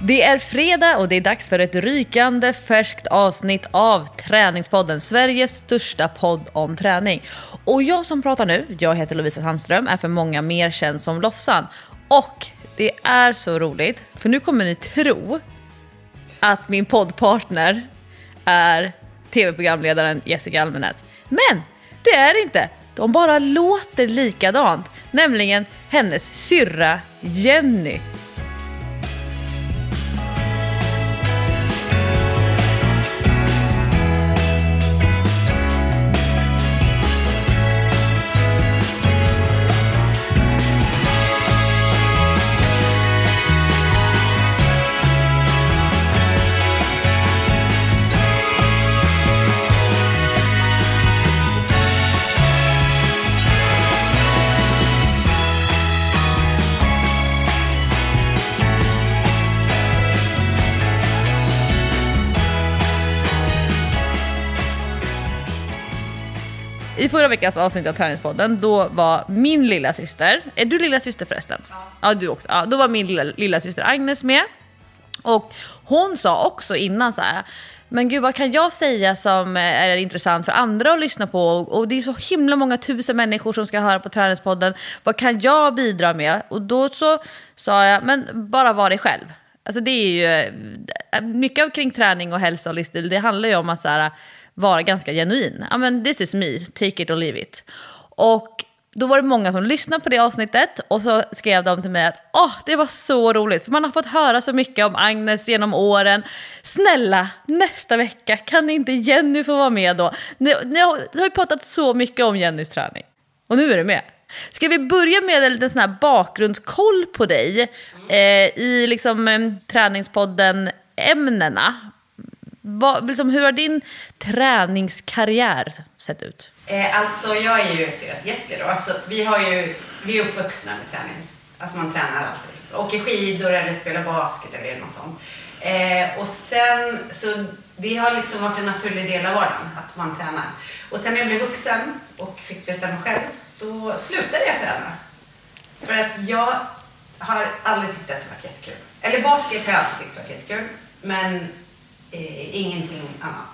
Det är fredag och det är dags för ett rykande färskt avsnitt av Träningspodden, Sveriges största podd om träning. Och jag som pratar nu, jag heter Lovisa Sandström, är för många mer känd som Lofsan. Och det är så roligt, för nu kommer ni tro att min poddpartner är tv-programledaren Jessica Almenäs. Men det är det inte. De bara låter likadant, nämligen hennes syrra Jenny. I förra veckans avsnitt av Träningspodden, då var min lilla syster, är du lilla syster förresten? Ja, du också. Ja, då var min lilla syster Agnes med. Och hon sa också innan så här: men gud, vad kan jag säga som är intressant för andra att lyssna på? Och det är så himla många tusen människor som ska höra på Träningspodden. Vad kan jag bidra med? Och då så sa jag, men bara var dig själv. Alltså det är ju mycket kring träning och hälsa och livsstil. Det handlar ju om att så här, vara ganska genuin. Ja, men this is me, take it or leave it. Och då var det många som lyssnade på det avsnittet och så skrev de till mig att det var så roligt, för man har fått höra så mycket om Agnes genom åren. Snälla, nästa vecka kan inte Jenny få vara med då? Ni har ju pratat så mycket om Jennys träning och nu är det med. Ska vi börja med en liten sån här bakgrundskoll på dig i liksom Träningspodden ämnena? Hur har din träningskarriär sett ut? Alltså jag är ju syrat Jessica då, så att vi är uppvuxna med träning. Alltså man tränar alltid. Åker skidor eller spelar basket eller något sånt. Och sen, så det har liksom varit en naturlig del av vardagen att man tränar. Och sen när jag blev vuxen och fick bestämma själv, då slutade jag träna. För att jag har aldrig tyckt att det var jättekul. Eller basket har jag alltid tyckt var jättekul, men ingenting annat.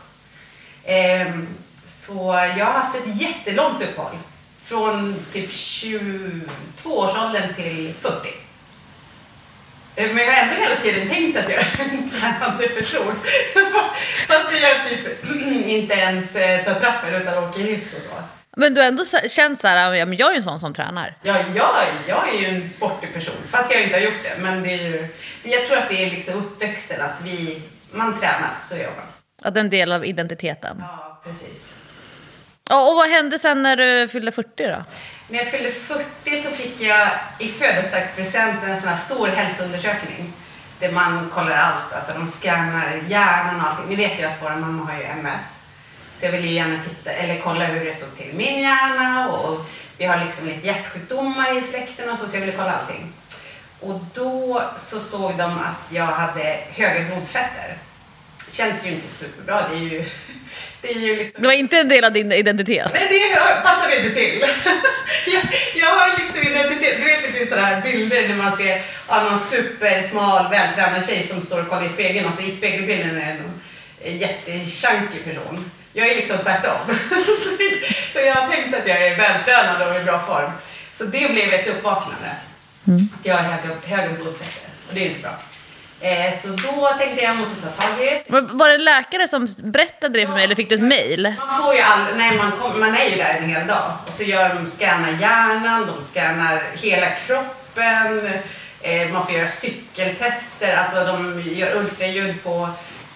Så jag har haft ett jättelångt uppehåll. Från typ 22-årsåldern till 40. Men jag har ändå hela tiden tänkt att jag är en tränande person. Fast jag typ inte ens tar trappor utan åker hiss och så. Men du ändå känns så här, ja, men jag är ju en sån som tränar. Ja, jag är ju en sportig person. Fast jag inte har gjort det. Men det är ju, jag tror att det är liksom uppväxten att man tränar, så gör man. Att en del av identiteten. Ja, precis. Ja, och vad hände sen när du fyllde 40 då? När jag fyllde 40 så fick jag i födelsedagspresent en sån här stor hälsoundersökning. Där man kollar allt, alltså de scannar hjärnan och allting. Ni vet ju att vår mamma har ju MS. Så jag ville ju gärna kolla hur det såg till min hjärna. Och vi har liksom lite hjärtsjukdomar i släkten och så jag ville kolla allting. Och då så såg de att jag hade höga blodfetter. Känns ju inte superbra, det är ju liksom... Det var inte en del av din identitet. Nej, det passar inte till. jag har liksom identitet. Du vet, det finns sådana här bilder när man ser någon supersmal, vältränad tjej som står och kollar i spegeln. Och så i spegelbilden är en jättechunky person. Jag är liksom tvärtom. Så jag har tänkt att jag är vältränad och i bra form. Så det blev ett uppvaknande. Att jag har höga blodfetter. Och det är inte bra. Så då tänkte jag måste ta tag i det. Var det en läkare som berättade det för mig eller fick du ett mejl? Man får ju man är ju där en hel dag. Och så scannar hjärnan, de scannar hela kroppen. Man får göra cykeltester, alltså de gör ultraljud på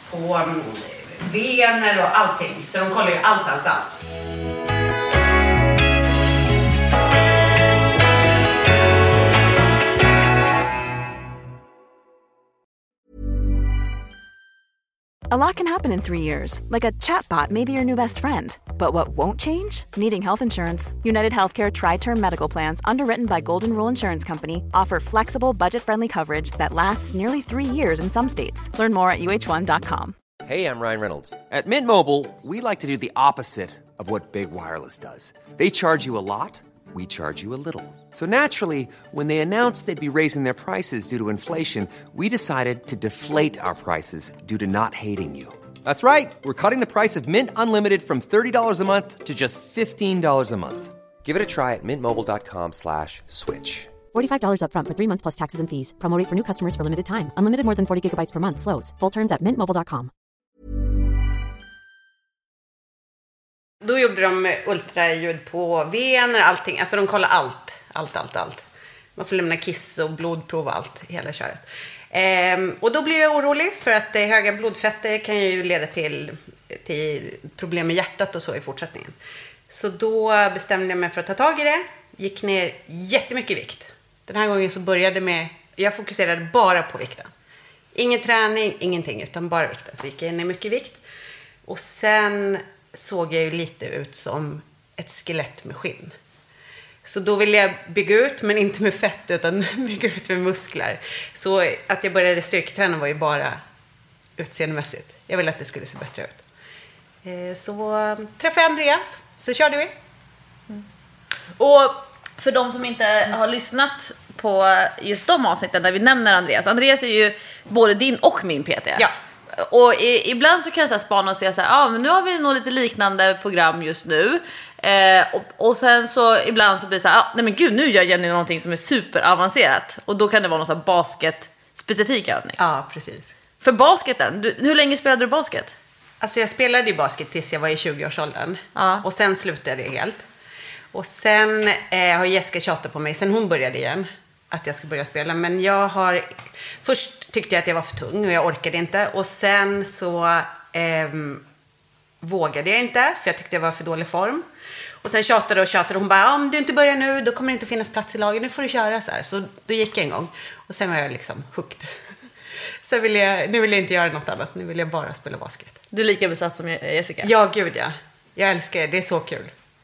vener och allting. Så de kollar ju allt. A lot can happen in 3 years, like a chatbot may be your new best friend. But what won't change? Needing health insurance. United Healthcare Tri-Term Medical Plans, underwritten by Golden Rule Insurance Company, offer flexible, budget-friendly coverage that lasts nearly 3 years in some states. Learn more at uh1.com. Hey, I'm Ryan Reynolds. At Mint Mobile, we like to do the opposite of what Big Wireless does. They charge you a lot. we charge you a little. So naturally, when they announced they'd be raising their prices due to inflation, we decided to deflate our prices due to not hating you. That's right. We're cutting the price of Mint Unlimited from $30 a month to just $15 a month. Give it a try at mintmobile.com/switch. $45 up front for 3 months plus taxes and fees. Promo rate for new customers for limited time. Unlimited more than 40 gigabytes per month. Slows full terms at mintmobile.com. Då gjorde de ultraljud på vener, allting. Alltså de kollar allt. Man får lämna kiss och blodprov och allt, hela köret. Och då blev jag orolig för att höga blodfetter kan ju leda till problem med hjärtat och så i fortsättningen. Så då bestämde jag mig för att ta tag i det. Gick ner jättemycket i vikt. Den här gången så började med, jag fokuserade bara på vikten. Ingen träning, ingenting, utan bara vikten. Så gick jag ner mycket i vikt. Och sen såg jag ju lite ut som ett skelett med skinn. Så då ville jag bygga ut, men inte med fett utan bygga ut med muskler. Så att jag började styrketräna var ju bara utseendemässigt. Jag ville att det skulle se bättre ut. Så träffade jag Andreas, så körde vi. Och för de som inte har lyssnat på just de avsnitten där vi nämner Andreas. Andreas är ju både din och min PT. Ja. Och ibland så kan jag så här spana och säga så här, men nu har vi nog lite liknande program just nu. Och sen så ibland så blir det så här, nej men gud, nu gör Jenny någonting som är superavancerat. Och då kan det vara någon sån här basket-specifik övning. Ja, precis. För basketen, hur länge spelade du basket? Alltså jag spelade ju basket tills jag var i 20-årsåldern. Ja. Och sen slutade jag helt. Och sen har Jessica tjatat på mig, sen hon började igen, att jag ska börja spela. Men först tyckte jag att jag var för tung och jag orkade inte. Och sen så vågade jag inte, för jag tyckte jag var för dålig form. Och sen tjatade och hon bara, om du inte börjar nu, då kommer det inte finnas plats i laget, nu får du köra så här. Så då gick jag en gång. Och sen var jag liksom hooked. Så nu vill jag inte göra något annat, nu vill jag bara spela basket. Du är lika besatt som Jessica? Ja, gud ja. Jag älskar det, det är så kul.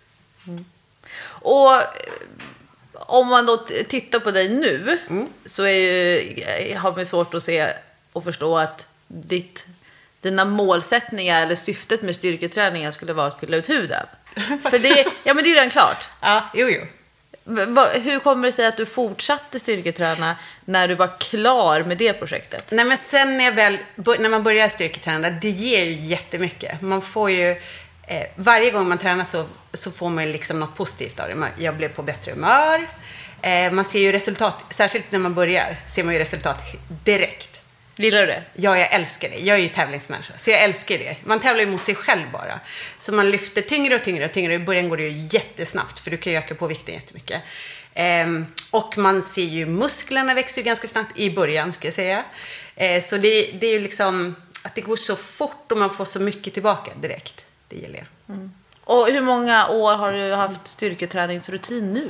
Och om man då tittar på dig nu så har man svårt att se och förstå att dina målsättningar eller syftet med styrketräningen skulle vara att fylla ut huden. För det, men det är ju redan klart. Ja, jo. Hur kommer det sig att du fortsatte styrketräna när du var klar med det projektet? Nej, men sen när man börjar styrketräna, det ger ju jättemycket. Man får ju varje gång man tränar så får man liksom något positivt av det. Jag blev på bättre humör. Man ser ju resultat, särskilt när man börjar, ser man ju resultat direkt. Gillar du det? Ja, jag älskar det. Jag är ju tävlingsmänniska, så jag älskar det. Man tävlar ju mot sig själv bara. Så man lyfter tyngre och tyngre och tyngre. I början går det ju jättesnabbt, för du kan ju öka på vikten jättemycket. Och man ser ju musklerna växer ju ganska snabbt i början, ska jag säga. Så det är ju liksom att det går så fort och man får så mycket tillbaka direkt. Det gillar jag. Och hur många år har du haft styrketräningsrutin nu?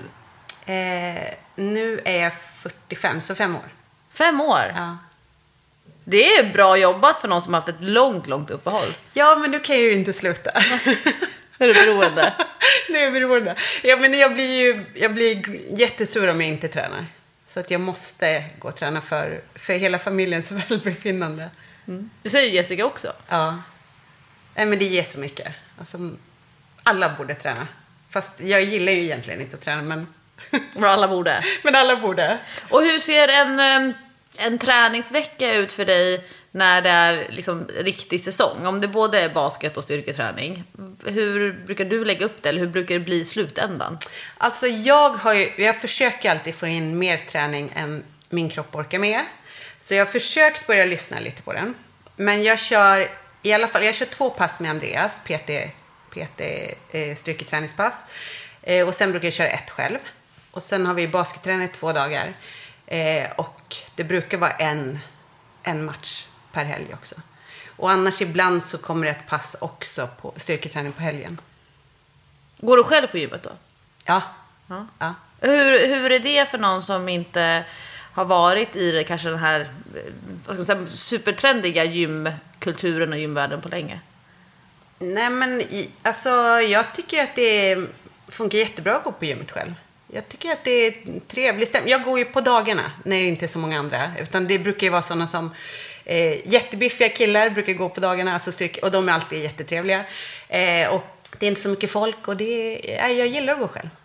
Nu är jag 45, så 5 år. 5 år? Ja. Det är bra jobbat för någon som har haft ett långt uppehåll. Ja, men du kan ju inte sluta. Är du beroende? Nu är jag beroende. Ja, men jag blir jättesur om jag inte tränar. Så att jag måste gå och träna för hela familjens välbefinnande. Det säger Jessica också. Ja. Nej, men det ger så mycket. Alltså, alla borde träna. Fast jag gillar ju egentligen inte att träna, men... Men alla borde. Men alla borde. Och hur ser en träningsvecka ut för dig när det är liksom riktig säsong? Om det både är basket och styrketräning. Hur brukar du lägga upp det? Eller hur brukar det bli i slutändan? Alltså jag försöker alltid få in mer träning än min kropp orkar med. Så jag har försökt börja lyssna lite på den. Men jag kör 2 pass med Andreas, PT styrketräningspass. Och sen brukar jag köra 1 själv. Och sen har vi basketträning 2 dagar. Och det brukar vara en match per helg också. Och annars ibland så kommer det ett pass också på styrketräning på helgen. Går du själv på gymmet då? Ja. Hur är det för någon som inte har varit i kanske den här supertrendiga gymkulturen och gymvärlden på länge? Nej, men alltså jag tycker att det funkar jättebra att gå på gymmet själv. Jag tycker att det är trevligt stämning. Jag går ju på dagarna när det inte är så många andra. Utan det brukar ju vara sådana som jättebiffiga killar brukar gå på dagarna. Alltså och de är alltid jättetrevliga. Och det är inte så mycket folk. Och jag gillar att gå själv.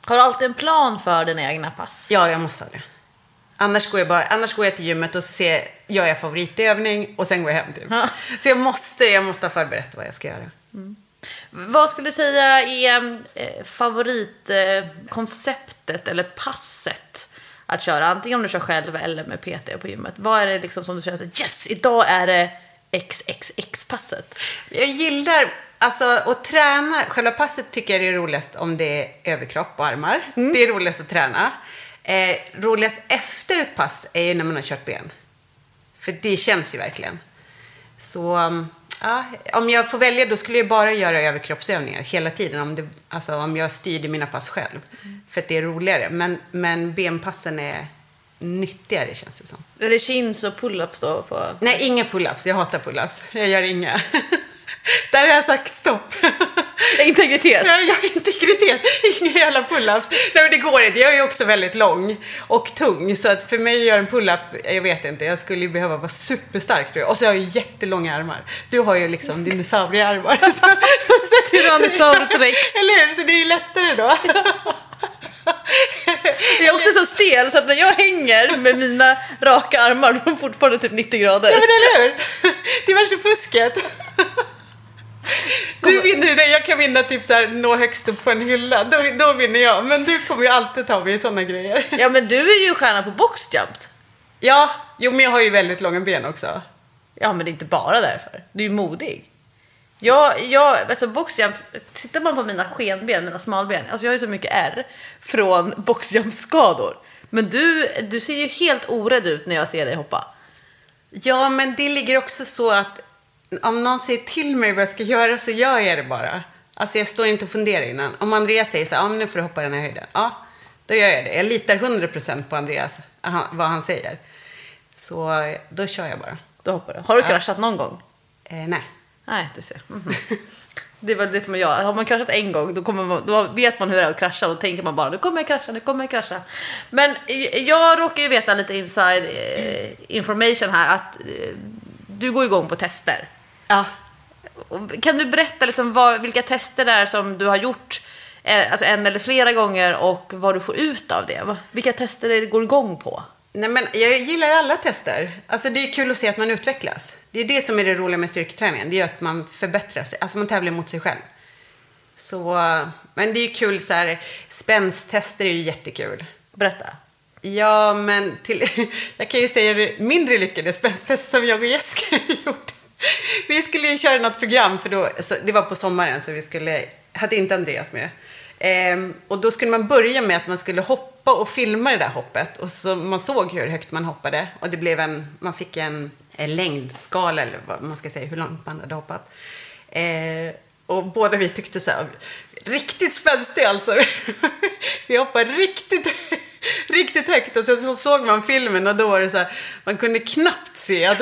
Har du alltid en plan för dina egna pass? Ja, jag måste ha det. Annars går jag till gymmet och gör jag favoritövning och sen går jag hem typ. Ja. Så jag måste ha förberett vad jag ska göra. Vad skulle du säga är favoritkonceptet eller passet att köra? Antingen om du kör själv eller med PT på gymmet. Vad är det liksom som du känner att yes, idag är det XXX-passet? Jag gillar alltså att träna. Själva passet tycker jag är roligast om det är överkropp och armar. Det är roligast att träna. Roligast efter ett pass är ju när man har kört ben. För det känns ju verkligen. Så ja, om jag får välja då skulle jag bara göra överkroppsövningar hela tiden. Om jag styrde mina pass själv. För att det är roligare. Men benpassen är nyttigare känns det som. Är det chins och pull-ups då? Nej, inga pull-ups. Jag hatar pull-ups. Jag gör inga. Där har jag sagt stopp. Integritet. Jag har integritet. Inga jävla pull-ups. Nej, men det går inte. Jag är ju också väldigt lång och tung. Så att för mig att göra en pull-up, jag vet inte. Jag skulle ju behöva vara superstark tror jag. Och så har jag ju jättelånga armar. Du har ju liksom dinosauriearmar. Tyrannosaurus rex. Eller hur? Så det är ju lättare då. Jag är också så stel så att när jag hänger med mina raka armar då är de fortfarande typ 90 grader. Ja, men eller hur? Det är värsta fusket. Du vinner det. Jag kan vinna typ så här, nå högst upp på en hylla. Då vinner jag. Men du kommer ju alltid ta mig i sådana grejer. Ja, men du är ju stjärna på boxjump. Ja, jo, men jag har ju väldigt långa ben också. Ja, men det är inte bara därför. Du är ju modig. Alltså boxjump, tittar man på mina skenben, mina smalben. Alltså jag har ju så mycket ärr från boxjump-skador. Men du ser ju helt orädd ut när jag ser dig hoppa. Ja, men det ligger också så att om någon säger till mig vad jag ska göra så gör jag det bara. Alltså jag står inte och funderar innan. Om Andreas säger så här, men nu får du hoppa den här höjden. Ja, då gör jag det. Jag litar 100% på Andreas, vad han säger. Så då kör jag bara. Då hoppar du. Har du kraschat någon gång? Nej. Nej, du ser. Det var det som jag. Har man kraschat en gång då vet man hur det är att krascha. Då tänker man bara, nu kommer jag krascha. Men jag råkar ju veta lite inside information här att du går igång på tester. Ja. Kan du berätta liksom vilka tester det är som du har gjort alltså en eller flera gånger och vad du får ut av det? Vilka tester det går igång på? Nej, men jag gillar alla tester. Alltså det är kul att se att man utvecklas. Det är det som är det roliga med styrketräningen. Det är att man förbättrar sig. Alltså man tävlar mot sig själv. Så, men det är ju kul så här. Spänstester är ju jättekul. Berätta. Ja, men jag kan ju säga det mindre lyckade spänstest som jag och Jessica gjorde. Vi skulle ju köra något program för då, så det var på sommaren så hade inte Andreas med. Och då skulle man börja med att man skulle hoppa och filma det där hoppet. Och så man såg hur högt man hoppade. Och det blev man fick en längdskala eller vad man ska säga, hur långt man hade hoppat. Och båda vi tyckte så här, riktigt spänstigt alltså. Vi hoppade riktigt högt. Och sen så såg man filmen och då var det så här, man kunde knappt se att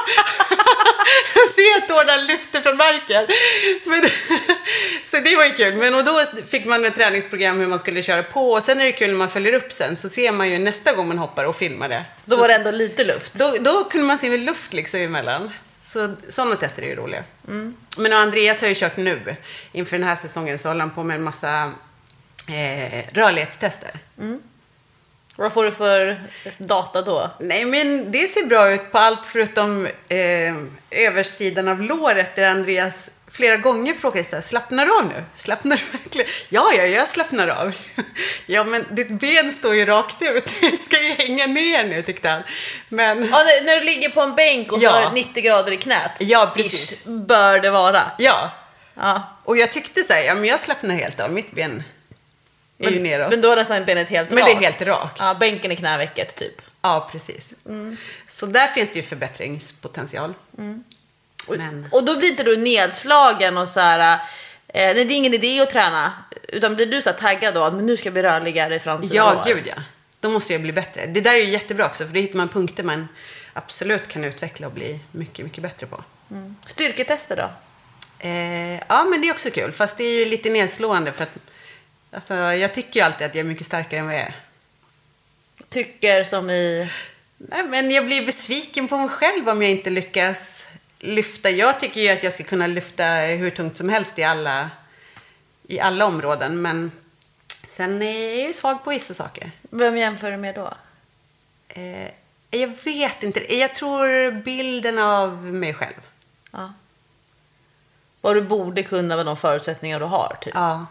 tårna lyfte från marken. Så det var ju kul. Men då fick man ett träningsprogram hur man skulle köra på. Och sen är det kul när man följer upp sen. Så ser man ju nästa gång man hoppar och filmar det. Då var det ändå lite luft. Då kunde man se luft liksom emellan. Så sådana tester är ju roliga. Men Andreas har ju kört nu. Inför den här säsongen så håller han på med en massa rörlighetstester. Vad får du för data då? Nej, men det ser bra ut på allt förutom översidan av låret där Andreas flera gånger frågade så här, slappnar du av nu? Slappnar du verkligen? Ja, jag slappnar av. Ja, men ditt ben står ju rakt ut. Det ska ju hänga ner nu, tyckte han. Men... Ja, när du ligger på en bänk och har 90 grader i knät. Ja, precis. Bör det vara. Ja. Och jag tyckte så här, ja, men jag slappnar helt av. Mitt ben är ju neråt. Men då är nästan benet helt rakt. Men det är helt rakt. Ja, bänken i knävecket typ. Ja, precis. Så där finns det ju förbättringspotential. Och då blir inte du nedslagen och så här, nej, det är ingen idé att träna, utan blir du så här taggad då, men nu ska jag bli rörligare i framtiden. Ja, gud ja. Då måste jag bli bättre. Det där är ju jättebra också, för det hittar man punkter man absolut kan utveckla och bli mycket, mycket bättre på. Styrketester då? Ja, men det är också kul, fast det är ju lite nedslående för att alltså, jag tycker ju alltid att jag är mycket starkare än vad jag är. Tycker som i... Nej, men jag blir besviken på mig själv om jag inte lyckas lyfta. Jag tycker ju att jag ska kunna lyfta hur tungt som helst i alla områden. Men Sen är jag ju svag på vissa saker. Vem jämför du med då? Jag vet inte. Jag tror bilden av mig själv. Ja. Vad du borde kunna med de förutsättningar du har, typ. Ja.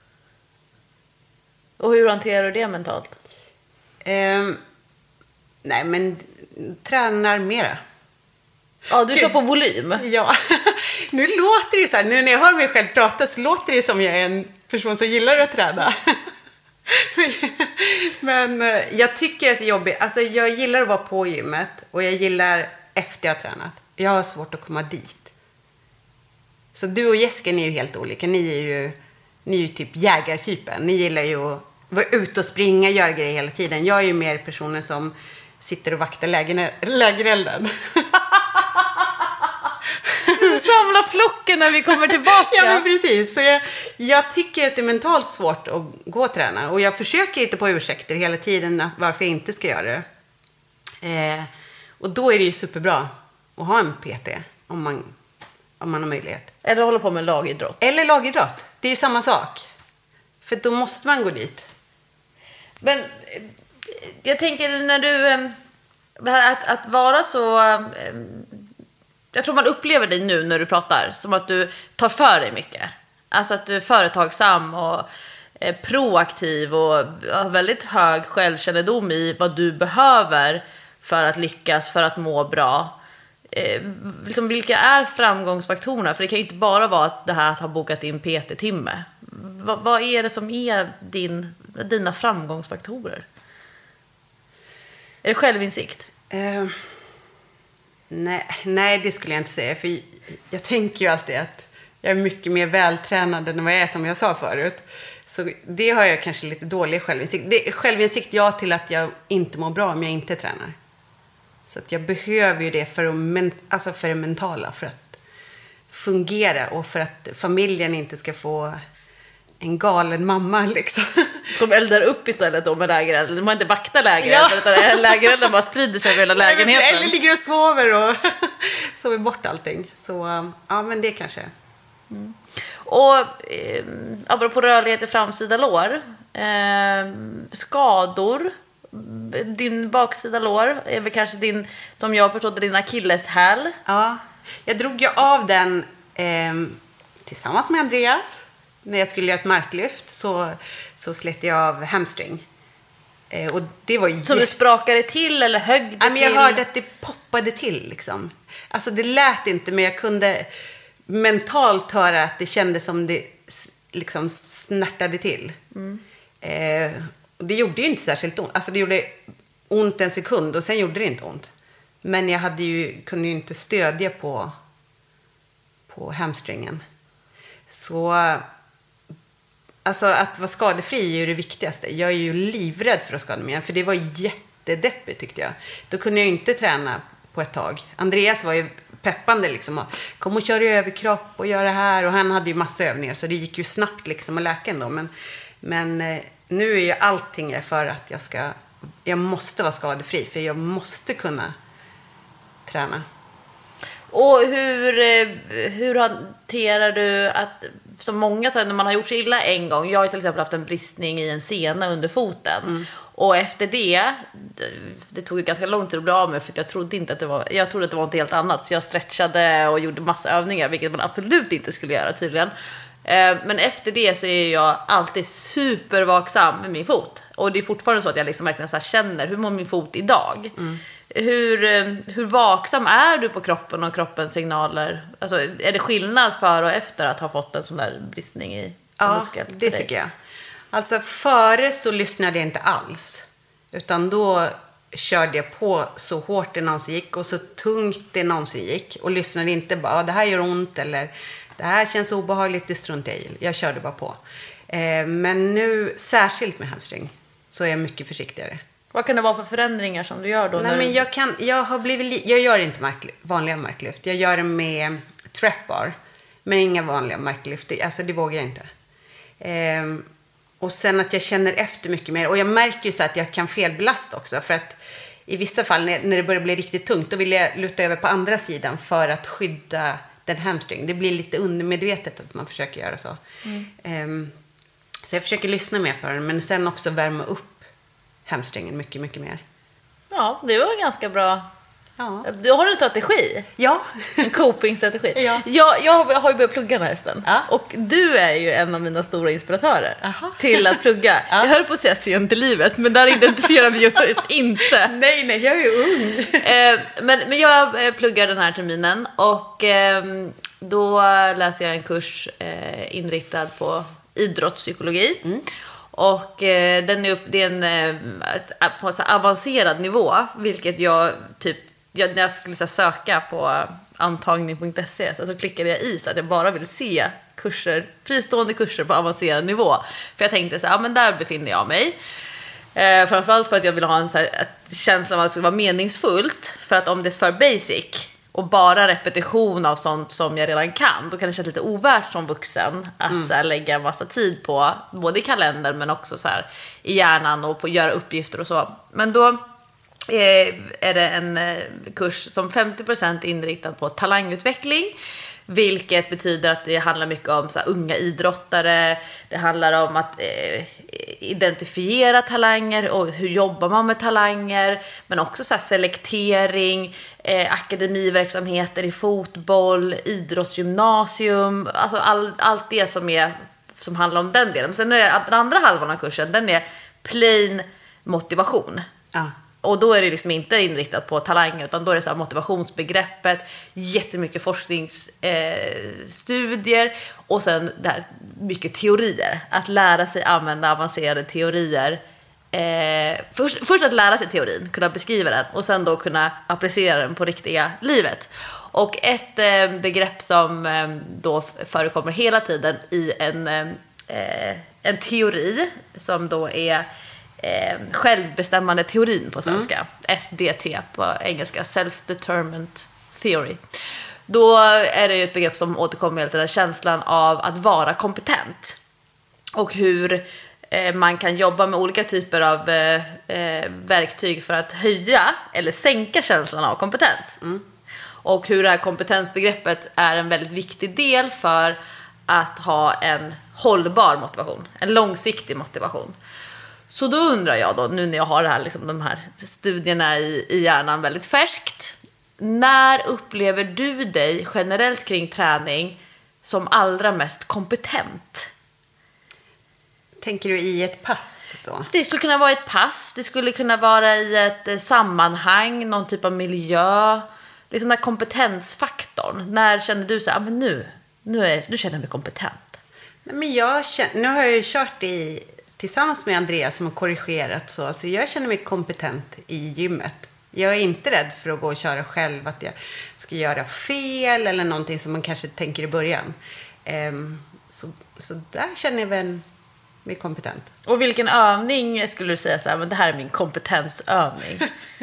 Och hur hanterar du det mentalt? Nej, men tränar mera. Ja, du kör på volym. Ja, nu låter det så här. Nu när jag hör mig själv prata så låter det som jag är en person som gillar att träna. Men jag tycker att det är jobbigt. Alltså jag gillar att vara på gymmet och jag gillar efter jag har tränat. Jag har svårt att komma dit. Så du och Jessica, ni är ju helt olika. Ni är ju typ jägartypen. Ni gillar ju att vara ute och springa, göra grejer hela tiden. Jag är ju mer personen som sitter och vaktar lägerelden. Samla flocken när vi kommer tillbaka. Ja, men precis. Så jag tycker att det är mentalt svårt att gå och träna. Och jag försöker inte på ursäkter hela tiden varför jag inte ska göra det. Och då är det ju superbra att ha en PT om man har möjlighet. Eller hålla på med lagidrott. Eller lagidrott. Det är ju samma sak. För då måste man gå dit. Men jag tänker när du... Det här att vara så... Jag tror man upplever dig nu när du pratar som att du tar för dig mycket. Alltså att du är företagsam och proaktiv och har väldigt hög självkännedom i vad du behöver för att lyckas, för att må bra. Liksom, vilka är framgångsfaktorerna? För det kan ju inte bara vara att det här att ha bokat in PT-timme. Vad är det som är dina framgångsfaktorer? Är det självinsikt? Nej, det skulle jag inte säga. För jag tänker ju alltid att jag är mycket mer vältränad än vad jag är, som jag sa förut. Så det har jag kanske lite dålig självinsikt. Det är självinsikt till att jag inte mår bra om jag inte tränar. Så att jag behöver ju det för det mentala, för att fungera och för att familjen inte ska få en galen mamma liksom. Som eldar upp istället då med lägerelden. De har inte vaktat lägerelden, utan lägerelden bara sprider sig över hela lägenheten. Eller ligger och sover och sover bort allting. Så ja, men det kanske. Mm. Och apropå rörlighet i framsida lår. Skador. Din baksida lår är väl kanske din, som jag förstått, din akilleshäl. Ja, jag drog ju av den tillsammans med Andreas. När jag skulle göra ett marklyft så slet jag av hamstring. Och det var så du sprakade till eller högg det till? Men jag hörde att det poppade till liksom. Alltså det lät inte, men jag kunde mentalt höra att det kändes som det liksom snärtade till. Och det gjorde ju inte särskilt ont. Alltså det gjorde ont en sekund och sen gjorde det inte ont. Men jag kunde ju inte stödja på hamstringen. Så alltså att vara skadefri är ju det viktigaste. Jag är ju livrädd för att skada mig. För det var jättedeppigt tyckte jag. Då kunde jag inte träna på ett tag. Andreas var ju peppande liksom. Kom och kör i överkropp och gör det här. Och han hade ju massa övningar. Så det gick ju snabbt liksom att läka ändå. Men nu är ju allting för att jag måste vara skadefri. För jag måste kunna träna. Och hur hanterar du att, som många säger, när man har gjort sig illa en gång. Jag har till exempel haft en bristning i en sena under foten. Och efter det tog ju ganska lång tid att bli av med, för jag trodde att det var något helt annat. Så jag stretchade och gjorde massa övningar, vilket man absolut inte skulle göra tydligen. Men efter det så är jag alltid supervaksam med min fot. Och det är fortfarande så att jag liksom verkligen så här känner, hur mår min fot idag? Hur vaksam är du på kroppen och kroppens signaler? Alltså, är det skillnad för och efter att ha fått en sån där bristning i muskel? Ja, det tycker jag. Alltså före så lyssnade jag inte alls. Utan då körde jag på så hårt det någonsin gick och så tungt det någonsin gick. Och lyssnade inte bara, det här gör ont eller det här känns obehagligt, det struntar jag i. Jag körde bara på. Men nu, särskilt med hamstring, så är jag mycket försiktigare. Vad kan det vara för förändringar som du gör då? Jag gör inte vanliga marklyft. Jag gör det med trapbar. Men inga vanliga marklyft. Alltså det vågar jag inte. Och sen att jag känner efter mycket mer. Och jag märker ju så att jag kan felbelasta också. För att i vissa fall när det börjar bli riktigt tungt, då vill jag luta över på andra sidan för att skydda den hamstring. Det blir lite undermedvetet att man försöker göra så. Så jag försöker lyssna mer på den, men sen också värma upp hamstringen mycket, mycket mer. Ja, det var ganska bra. Ja. Du har en strategi. Ja. En coping-strategi. Ja. Jag har ju börjat plugga den här hösten. Ja. Och du är ju en av mina stora inspiratörer Aha. till att plugga. Ja. Jag höll på att säga sent i livet, men där identifierar vi oss inte. Nej, jag är ju ung. Men jag pluggar den här terminen och då läser jag en kurs inriktad på idrottspsykologi. Och det är på en så avancerad nivå, vilket jag när jag skulle söka på antagning.se så klickade jag i så att jag bara vill se fristående kurser på avancerad nivå. För jag tänkte så här, men där befinner jag mig. Framförallt för att jag vill ha en känsla av att det ska vara meningsfullt. För att om det är för basic och bara repetition av sånt som jag redan kan, då kan det kännas lite ovärt som vuxen att lägga en massa tid på, både i kalendern men också i hjärnan och på att göra uppgifter och så. Men då är det en kurs som 50% är inriktad på talangutveckling, vilket betyder att det handlar mycket om unga idrottare. Det handlar om att identifiera talanger och hur jobbar man med talanger, men också selektering, akademiverksamheter i fotboll, idrottsgymnasium, alltså allt det som handlar om den delen. Men sen är det den andra halvan av kursen, den är plain motivation. Ja. Och då är det liksom inte inriktat på talanger, utan då är det motivationsbegreppet, jättemycket forskningsstudier och sen där mycket teorier. Att lära sig använda avancerade teorier. Först att lära sig teorin, kunna beskriva den och sen då kunna applicera den på riktiga livet. Och ett begrepp som då förekommer hela tiden i en teori som då är självbestämmande teorin på svenska, SDT på engelska, self-determined theory. Då är det ju ett begrepp som återkommer till den känslan av att vara kompetent och hur man kan jobba med olika typer av verktyg för att höja eller sänka känslan av kompetens. Och hur det här kompetensbegreppet är en väldigt viktig del för att ha en hållbar motivation, en långsiktig motivation. Så då undrar jag då, nu när jag har det här, de här studierna i hjärnan väldigt färskt, när upplever du dig generellt kring träning som allra mest kompetent? Tänker du i ett pass då? Det skulle kunna vara ett pass, det skulle kunna vara i ett sammanhang, någon typ av miljö, liksom den här kompetensfaktorn. När känner du så här, men nu känner jag mig kompetent? Nej, men nu har jag ju kört tillsammans med Andreas som har korrigerat så jag känner mig kompetent i gymmet. Jag är inte rädd för att gå och köra själv, att jag ska göra fel eller någonting som man kanske tänker i början. Så där känner jag väl mig kompetent. Och vilken övning skulle du säga så här, men det här är min kompetensövning?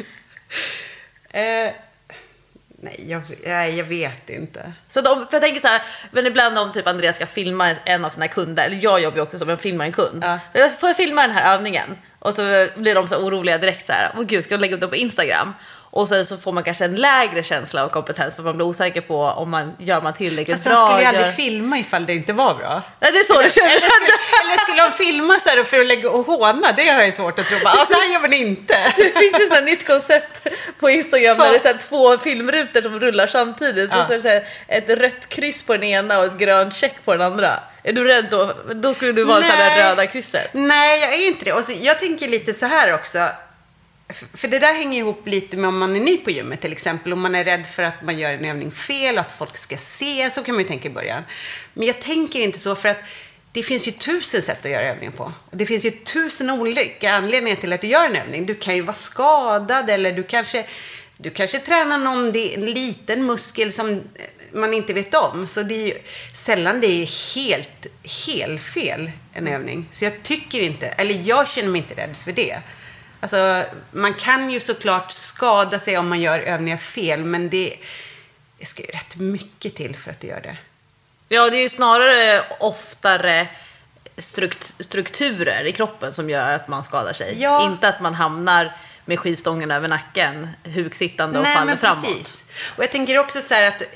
Nej, jag vet inte. Så för jag tänker så här, men ibland om typ Andreas ska filma en av sina kunder, eller jag jobbar ju också som jag filmar en kund. Ja. Får jag filma den här övningen? Och så blir de så oroliga direkt så här, åh gud, ska jag lägga upp det på Instagram? Och så får man kanske en lägre känsla av kompetens för man blir osäker på om man gör tillräckligt bra. Fast han skulle ju aldrig filma ifall det inte var bra. Ja, det är så det känns. Eller skulle han filma så här för att lägga och håna? Det har jag svårt att tro. Alltså han gör man inte. Det finns ju ett nytt koncept på Instagram där det är så här 2 filmrutor som rullar samtidigt. Så är det så här ett rött kryss på den ena och ett grönt check på den andra. Är du rädd då? Då skulle du vara så här röda krysset. Nej, jag är inte det. Och så, jag tänker lite så här också. För det där hänger ihop lite med om man är ny på gymmet till exempel. Om man är rädd för att man gör en övning fel, att folk ska se, så kan man ju tänka i början. Men jag tänker inte så, för att det finns ju 1000 sätt att göra övning på. Och det finns ju 1000 olika anledningar till att du gör en övning. Du kan ju vara skadad eller du kanske tränar någon liten muskel som man inte vet om. Så det är ju sällan det är helt fel en övning. Så jag tycker inte, eller jag känner mig inte rädd för det. Alltså, man kan ju såklart skada sig om man gör övningar fel, men det ska ju rätt mycket till för att det gör det. Ja, det är ju snarare oftare strukturer i kroppen som gör att man skadar sig. Ja. Inte att man hamnar med skivstången över nacken, huksittande och faller framåt. Precis. Och jag tänker också så här att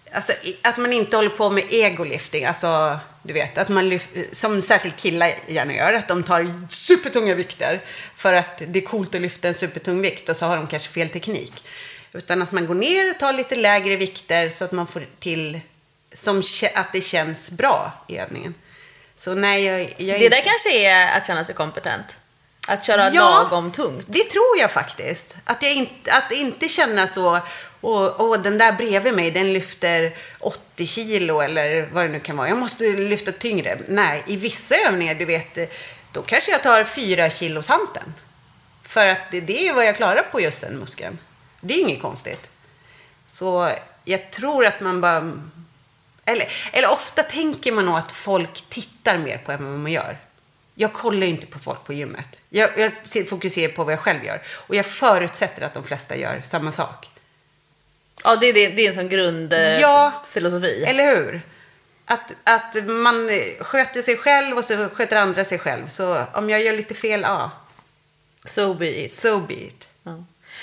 Alltså, att man inte håller på med egolifting. Alltså, du vet, att man som särskilt killar gärna gör. Att de tar supertunga vikter. För att det är coolt att lyfta en supertung vikt. Och så har de kanske fel teknik. Utan att man går ner och tar lite lägre vikter. Så att man får till att det känns bra i övningen. Så nej, jag det där kanske är att känna sig kompetent. Att köra lagom tungt. Det tror jag faktiskt. Att inte känna så... Och den där bredvid mig, den lyfter 80 kilo eller vad det nu kan vara. Jag måste lyfta tyngre. Nej, i vissa övningar, du vet, då kanske jag tar 4 kilos hanteln. För att det är vad jag klarar på just den muskeln. Det är inget konstigt. Så jag tror att man bara... Eller ofta tänker man nog att folk tittar mer på än vad man gör. Jag kollar ju inte på folk på gymmet. Jag fokuserar på vad jag själv gör. Och jag förutsätter att de flesta gör samma sak. Ja, det är en sån grundfilosofi. Ja, eller hur? Att man sköter sig själv och så sköter andra sig själv. Så om jag gör lite fel, so be it. So be it. Ja.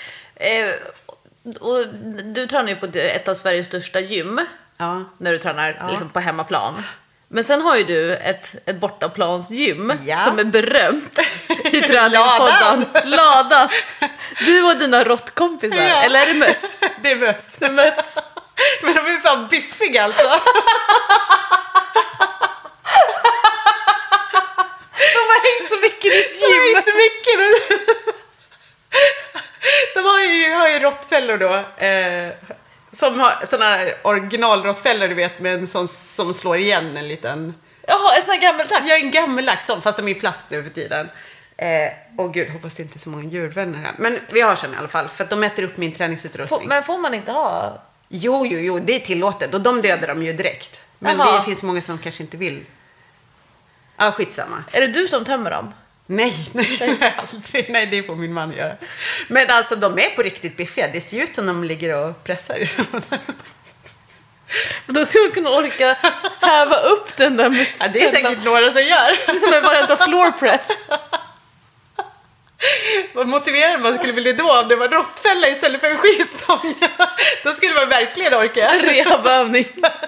Och du tränar ju på ett av Sveriges största gym. Ja. När du tränar liksom på hemmaplan. Men sen har ju du ett bortaplansgym som är berömt i träningspodden. Ladan. Du och dina råttkompisar. Ja. Eller är det möss? Det är möss. Men de är fan biffiga alltså. De har hängt så mycket i ditt gym. De har hängt så mycket. De har ju råttfällor då. Som har såna här originalråttfällor, du vet, med en sån som slår igen en liten... Jaha, en sån här gammeldags? Ja, en gammeldags sån, fast de är i plast nu för tiden. Gud, hoppas det inte är så många djurvänner här. Men vi har sån i alla fall, för att de äter upp min träningsutrustning. Men får man inte ha? Jo, det är tillåtet. Och de dödar de ju direkt. Men det finns många som kanske inte vill. Ja, skitsamma. Är det du som tömmer dem? Nej, aldrig. Nej, det får min man göra. Men alltså, de är på riktigt biffiga. Det ser ut som de ligger och pressar. Då skulle man kunna orka häva upp den där muskeln. Ja, det är säkert några som gör. Som är bara en floor press. Vad motiverade man skulle vilja då om det var råttfälla istället för en skivstång? Då skulle man verkligen orka. Rehabövning.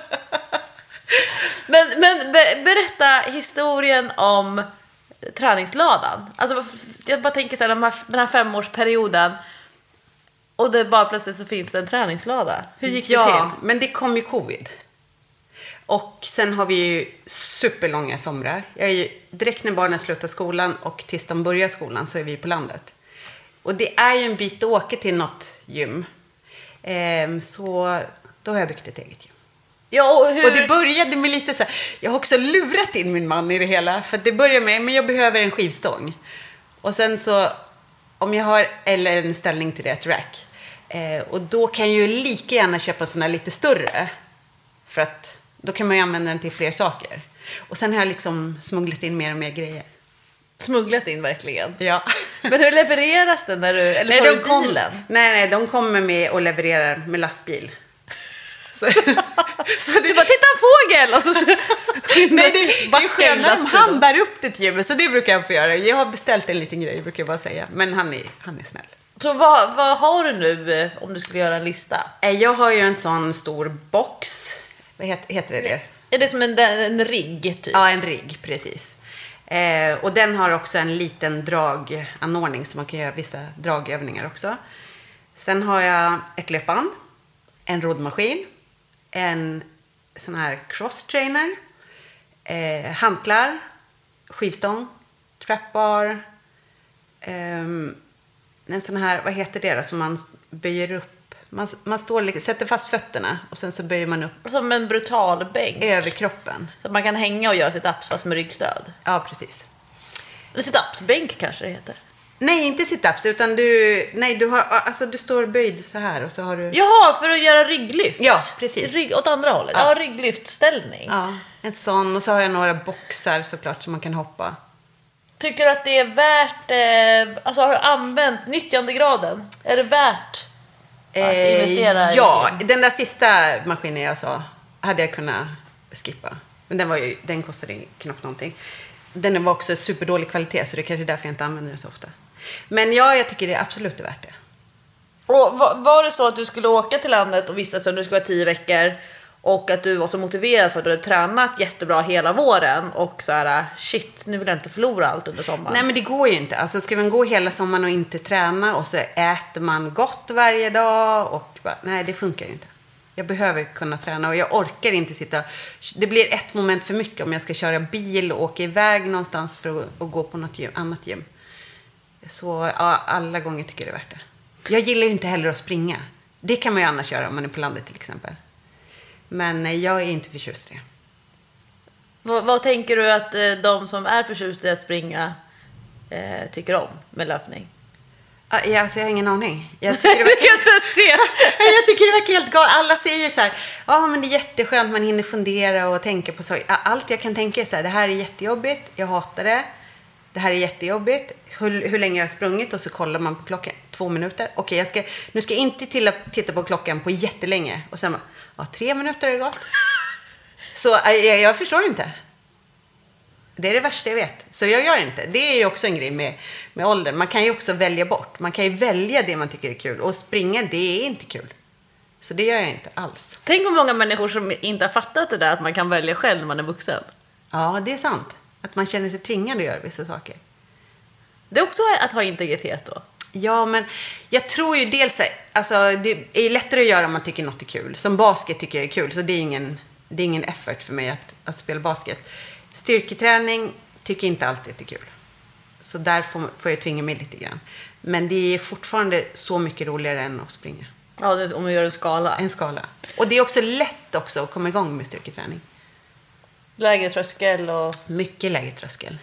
Men berätta historien om träningsladan. Alltså, jag bara tänker så här, den här 5-årsperioden och det bara plötsligt så finns det en träningslada. Hur gick det till? Men det kom ju covid. Och sen har vi ju superlånga somrar. Jag är ju, direkt när barnen slutar skolan och tills de börjar skolan så är vi på landet. Och det är ju en bit att åka till något gym. Så då har jag byggt ett eget gym. Ja, och det började med lite så här, jag har också lurat in min man i det hela. För att det började med, men jag behöver en skivstång. Och sen så, om jag har, eller en ställning till det, ett rack. Och då kan jag ju lika gärna köpa såna lite större. För att då kan man ju använda den till fler saker. Och sen har jag liksom smugglat in mer och mer grejer. Smugglat in verkligen? Ja. Men hur levereras den när du, eller tar du bilen? Nej, de kommer med och levererar med lastbil. Så du bara, titta en fågel! Och så nej, det är skönare om han bär upp det till gymmet. Så det brukar jag få göra. Jag har beställt en liten grej, brukar jag bara säga. Men han är snäll. Så vad har du nu om du skulle göra en lista? Jag har ju en sån stor box. Vad heter det? Är det som en rigg typ? Ja, en rigg, precis. Och den har också en liten draganordning så man kan göra vissa dragövningar också. Sen har jag ett löpband, en roddmaskin, en sån här cross-trainer, hantlar, skivstång, trapbar, en sån här, vad heter det då, som man böjer upp. Man står, sätter fast fötterna och sen så böjer man upp. Som en brutal bänk. Över kroppen. Så att man kan hänga och göra sit-ups fast med ryggstöd. Ja, precis. Eller sit-ups-bänk kanske det heter. Nej, inte sit-ups, utan du står böjd så här och så har du... Jaha, för att göra rygglyft. Ja, precis. Rygg åt andra hållet. Ja, rygglyftställning. Ja, en sån. Och så har jag några boxar såklart som man kan hoppa. Tycker du att det är värt... alltså har du använt nyttjandegraden? Är det värt att investera i? Ja, den där sista maskinen jag sa hade jag kunnat skippa. Men den kostade knappt någonting. Den var också superdålig kvalitet, så det är kanske därför jag inte använder den så ofta. Men ja, jag tycker det är absolut värt det. Och var det så att du skulle åka till landet och vistas som du skulle vara 10 veckor Och att du var så motiverad för att du hade tränat jättebra hela våren. Och så här, shit, nu vill jag inte förlora allt under sommaren. Nej, men det går ju inte. Alltså ska man gå hela sommaren och inte träna och så äter man gott varje dag och bara, nej, det funkar inte. Jag behöver kunna träna och jag orkar inte sitta. Det blir ett moment för mycket om jag ska köra bil och åka iväg någonstans för att gå på något annat gym. Så ja, alla gånger tycker jag det är värt det. Jag gillar ju inte heller att springa. Det kan man ju annars göra om man är på landet till exempel. Men jag är inte förtjust i det. Vad tänker du att de som är förtjusta i att springa tycker om med löpning? Alltså jag har ingen aning. Jag tycker det verkar helt galet. Alla säger så här, ja men det är jätteskönt, man hinner fundera och tänka på så. Allt jag kan tänka är så här, det här är jättejobbigt, jag hatar det. Det här är jättejobbigt. Hur länge jag har sprungit och så kollar man på klockan. 2 minuter. Okej, nu ska jag inte titta på klockan på jättelänge. Och sen, 3 minuter är det gått. Så jag förstår inte. Det är det värsta jag vet. Så jag gör inte. Det är ju också en grej med åldern. Man kan ju också välja bort. Man kan ju välja det man tycker är kul. Och springa, det är inte kul. Så det gör jag inte alls. Tänk om många människor som inte har fattat det där att man kan välja själv när man är vuxen. Ja, det är sant. Att man känner sig tvingad att göra vissa saker. Det är också att ha integritet då. Ja, men jag tror ju dels, alltså det är lättare att göra om man tycker något är kul. Som basket tycker jag är kul, så det är ingen effort för mig att spela basket. Styrketräning tycker inte alltid är kul. Så där får jag tvinga mig lite grann. Men det är fortfarande så mycket roligare än att springa. Ja, om man gör en skala. En skala. Och det är också lätt också att komma igång med styrketräning. Lägre tröskel och... Mycket lägre tröskel.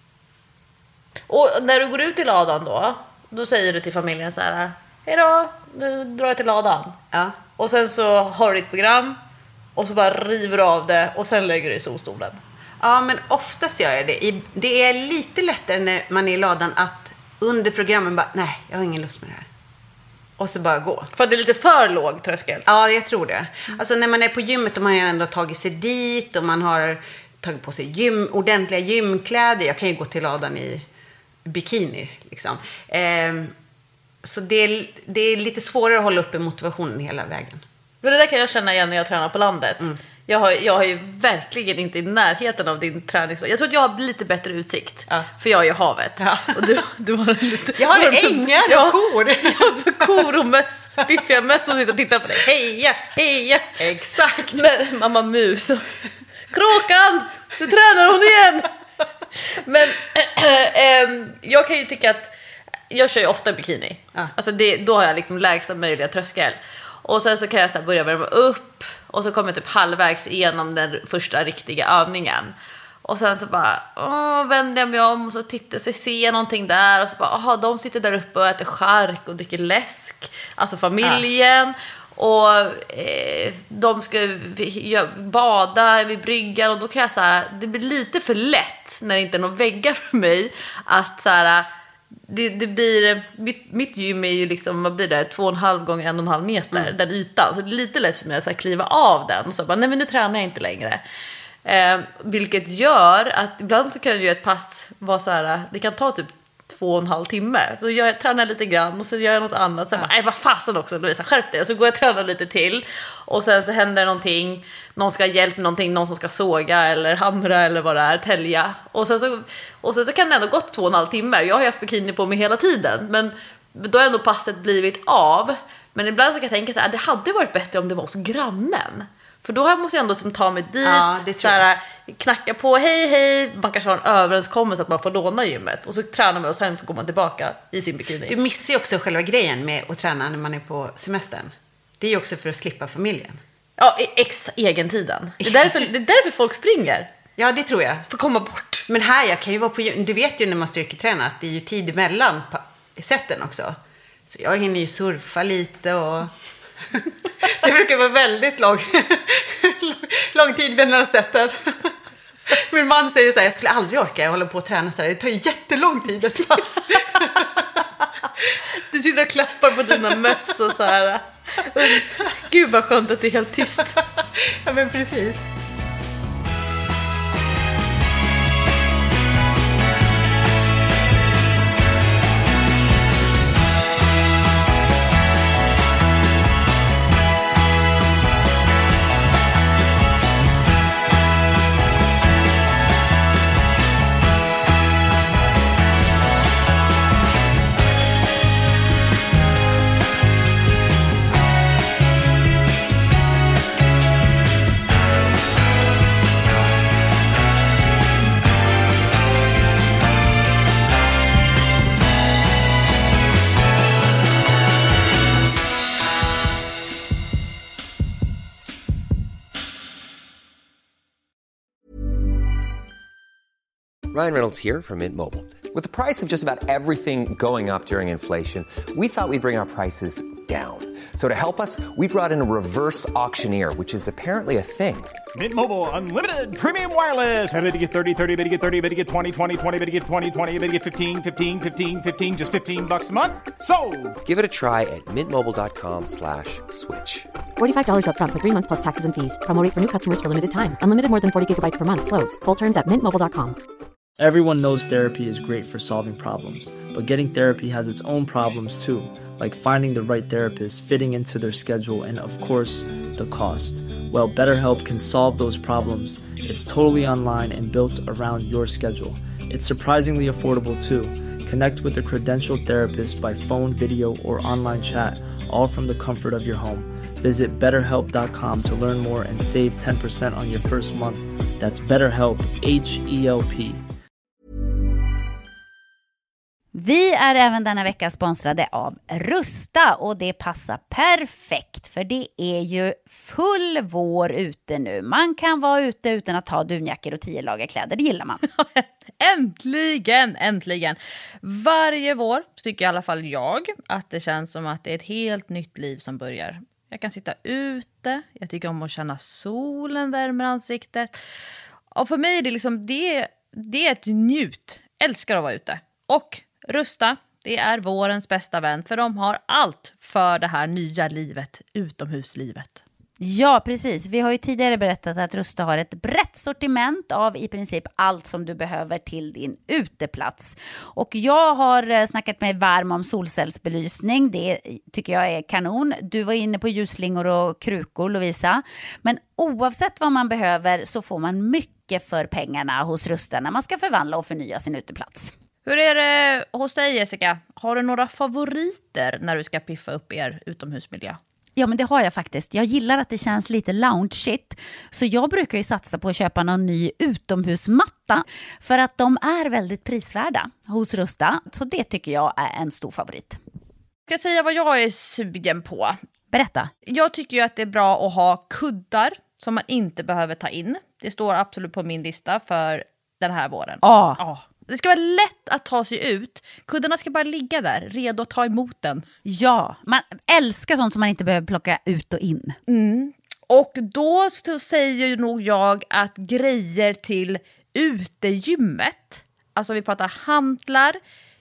Och när du går ut i ladan då säger du till familjen så här: hej då, nu drar jag till ladan. Ja. Och sen så har du ditt program och så bara river du av det och sen lägger du i solstolen. Ja, men oftast gör jag det. Det är lite lättare när man är i ladan att under programmen bara, nej, jag har ingen lust med det här. Och så bara gå. För att det är lite för låg tröskel. Ja, jag tror det. Alltså när man är på gymmet och man har ändå tagit sig dit och man har tagit på sig ordentliga gymkläder. Jag kan ju gå till ladan i bikini liksom. Så det är lite svårare att hålla uppe motivationen hela vägen. Men det där kan jag känna igen när jag tränar på landet. Jag har ju verkligen inte i närheten av din träning. Jag tror att jag har lite bättre utsikt. Ja. För jag är ju havet. Ja. Och du har lite... Jag har ängar och kor. Du har kor och möss. Biffiga möss som sitter och tittar på dig. Heja, heja. Exakt. Men mamma mus. Kråkan, nu tränar hon igen. Men jag kan ju tycka att jag kör ju ofta bikini. Ja. Alltså då har jag liksom lägsta möjliga tröskel. Och sen så kan jag så här börja värma upp. Och så kommer jag typ halvvägs igenom den första riktiga övningen. Och sen så bara vänder jag mig om och så ser jag någonting där. Och så bara, de sitter där uppe och äter chark och dricker läsk. Alltså familjen. Ja. Och de ska bada vid bryggan. Och då kan jag så här, det blir lite för lätt när det inte är någon väggar för mig. Att så här... Det blir, mitt gym är ju liksom, vad blir det, 2,5 gånger 1,5 meter, den ytan. Så det är lite lätt för mig att så här, kliva av den. Och så bara, nej men nu tränar jag inte längre. Vilket gör att ibland så kan ju ett pass vara så här, det kan ta typ 2,5 timme. Då jag tränar lite grann och så gör jag något annat. Sen nej vad fasen också, då är det så här, skärp dig. Och så går jag och tränar lite till. Och sen så händer någonting. Någon ska ha hjälp med någonting, någon som ska såga eller hamra eller vad det är, tälja. Och sen så kan det ändå gått 2,5 timmar. Jag har ju haft bikini på mig hela tiden. Men då har ändå passet blivit av. Men ibland så kan jag tänka så här, det hade varit bättre om det var hos grannen. För då måste jag ändå som ta mig dit, så här, knacka på, hej, man kanske har en överenskommelse att man får låna gymmet. Och så tränar man och sen så går man tillbaka i sin bikini. Du missar ju också själva grejen med att träna när man är på semestern. Det är ju också för att slippa familjen. Ja, egentiden. Det är därför folk springer. Ja, det tror jag. För att komma bort. Men här, jag kan ju vara på gym. Du vet ju när man styrketränar att det är ju tid emellan sätten också. Så jag hinner ju surfa lite och... Det brukar vara väldigt lång tid mellan sätten. Min man säger så här, jag skulle aldrig orka, jag håller på att träna så här. Det tar jättelång tid ett pass. Du sitter och klappar på dina möss och så här. Gud vad skönt att det är helt tyst. Ja men precis. Ryan Reynolds here from Mint Mobile. With the price of just about everything going up during inflation, we thought we'd bring our prices down. So to help us, we brought in a reverse auctioneer, which is apparently a thing. Mint Mobile Unlimited Premium Wireless. How to get 30, 30, bit to get 30, bit to get 20, 20, 20, bit to get 20, 20, bit to get 15, 15, 15, 15, just $15 a month? Sold! Give it a try at mintmobile.com/switch. $45 up front for 3 months plus taxes and fees. Promo rate for new customers for limited time. Unlimited more than 40 gigabytes per month. Slows full terms at mintmobile.com. Everyone knows therapy is great for solving problems, but getting therapy has its own problems too, like finding the right therapist, fitting into their schedule, and of course, the cost. Well, BetterHelp can solve those problems. It's totally online and built around your schedule. It's surprisingly affordable too. Connect with a credentialed therapist by phone, video, or online chat, all from the comfort of your home. Visit BetterHelp.com to learn more and save 10% on your first month. That's BetterHelp, H-E-L-P. Vi är även denna vecka sponsrade av Rusta och det passar perfekt för det är ju full vår ute nu. Man kan vara ute utan att ha dunjackor och 10 lager kläder, det gillar man. Äntligen, äntligen. Varje vår tycker i alla fall jag att det känns som att det är ett helt nytt liv som börjar. Jag kan sitta ute, jag tycker om att känna solen värmer ansiktet. Och för mig är det liksom, det är ett njut. Älskar att vara ute. Och Rusta, det är vårens bästa vän för de har allt för det här nya livet, utomhuslivet. Ja, precis. Vi har ju tidigare berättat att Rusta har ett brett sortiment av i princip allt som du behöver till din uteplats. Och jag har snackat mig varm om solcellsbelysning. Det tycker jag är kanon. Du var inne på ljusslingor och krukor, Lovisa. Men oavsett vad man behöver så får man mycket för pengarna hos Rusta när man ska förvandla och förnya sin uteplats. Hur är det hos dig, Jessica? Har du några favoriter när du ska piffa upp er utomhusmiljö? Ja, men det har jag faktiskt. Jag gillar att det känns lite lounge-shit. Så jag brukar ju satsa på att köpa någon ny utomhusmatta. För att de är väldigt prisvärda hos Rusta. Så det tycker jag är en stor favorit. Jag ska säga vad jag är sugen på. Berätta. Jag tycker ju att det är bra att ha kuddar som man inte behöver ta in. Det står absolut på min lista för den här våren. Ja. Det ska vara lätt att ta sig ut. Kuddarna ska bara ligga där, redo att ta emot den. Ja, man älskar sånt som man inte behöver plocka ut och in. Mm. Och då så säger ju nog jag att grejer till utegymmet. Alltså vi pratar hantlar,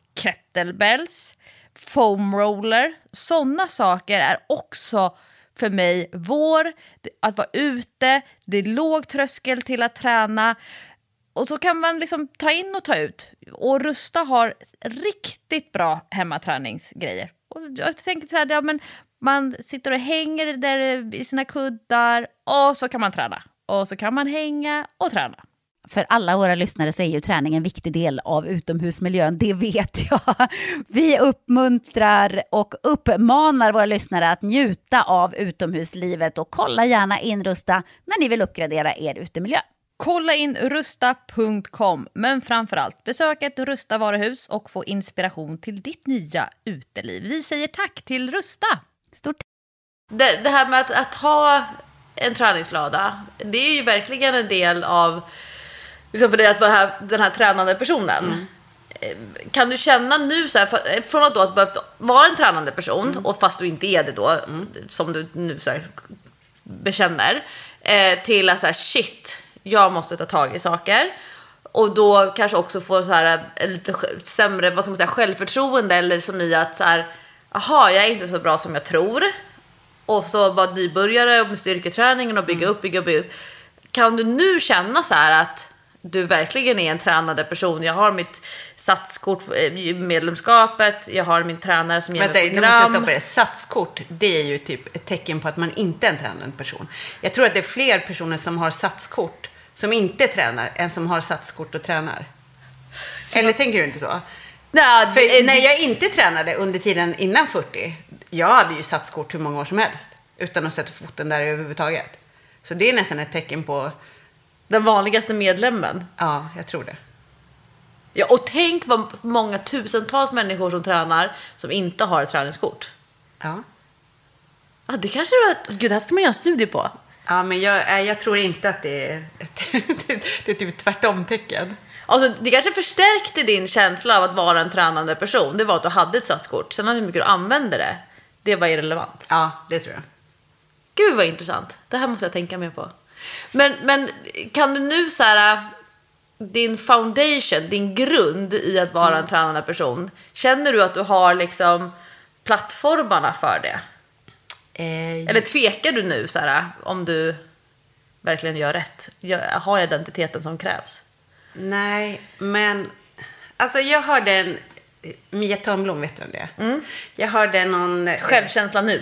kettlebells, foam roller. Sådana saker är också för mig vår. Att vara ute, det är låg tröskel till att träna. Och så kan man liksom ta in och ta ut. Och Rusta har riktigt bra hemmaträningsgrejer. Och jag tänker så här, ja, men man sitter och hänger där i sina kuddar. Och så kan man träna. Och så kan man hänga och träna. För alla våra lyssnare så är ju träning en viktig del av utomhusmiljön. Det vet jag. Vi uppmuntrar och uppmanar våra lyssnare att njuta av utomhuslivet. Och kolla gärna in Rusta när ni vill uppgradera er utemiljö. Kolla in rusta.com, men framförallt besök ett Rusta varuhus och få inspiration till ditt nya uteliv. Vi säger tack till Rusta. Stort. Det här med att ha en träningslåda, det är ju verkligen en del av liksom för dig att vara den här tränande personen. Kan du känna nu så här, från att då att behövt vara en tränande person och fast du inte är det då som du nu så här bekänner till att så här, shit, jag måste ta tag i saker och då kanske också få så här lite sämre, vad ska man säga, självförtroende eller som i att så här, aha, jag är inte så bra som jag tror och så bara nybörjare med styrketräningen och bygga upp. Kan du nu känna så här att du verkligen är en tränade person? Jag har mitt satskort i medlemskapet, jag har min tränare som ger mig program. Måste jag stoppa det. Satskort, det är ju typ ett tecken på att man inte är en tränad person. Jag tror att det är fler personer som har satskort som inte tränar än som har satskort och tränar. Eller tänker du inte så? Nej, för när jag inte tränade under tiden innan 40, jag hade ju satskort hur många år som helst utan att sätta foten där överhuvudtaget. Så det är nästan ett tecken på den vanligaste medlemmen. Ja, jag tror det. Ja, och tänk vad många tusentals människor som tränar som inte har ett träningskort. Ja. Ja, det kanske är... Gud, det här ska man göra en studie på. Ja, men jag tror inte att det är det är typ tvärtom tecken. Alltså, det kanske förstärkte din känsla av att vara en tränande person. Det var att du hade ett satskort. Sen hur mycket du använde det var irrelevant. Ja, det tror jag. Gud vad intressant. Det här måste jag tänka mer på. Men kan du nu så här, din foundation, din grund i att vara en tränande person, känner du att du har liksom plattformarna för det? Eller tvekar du nu så här, om du verkligen gör rätt? Har identiteten som krävs? Nej, men alltså jag hörde Mia Törnblom, vet du om det? Jag hörde någon... Självkänsla nu?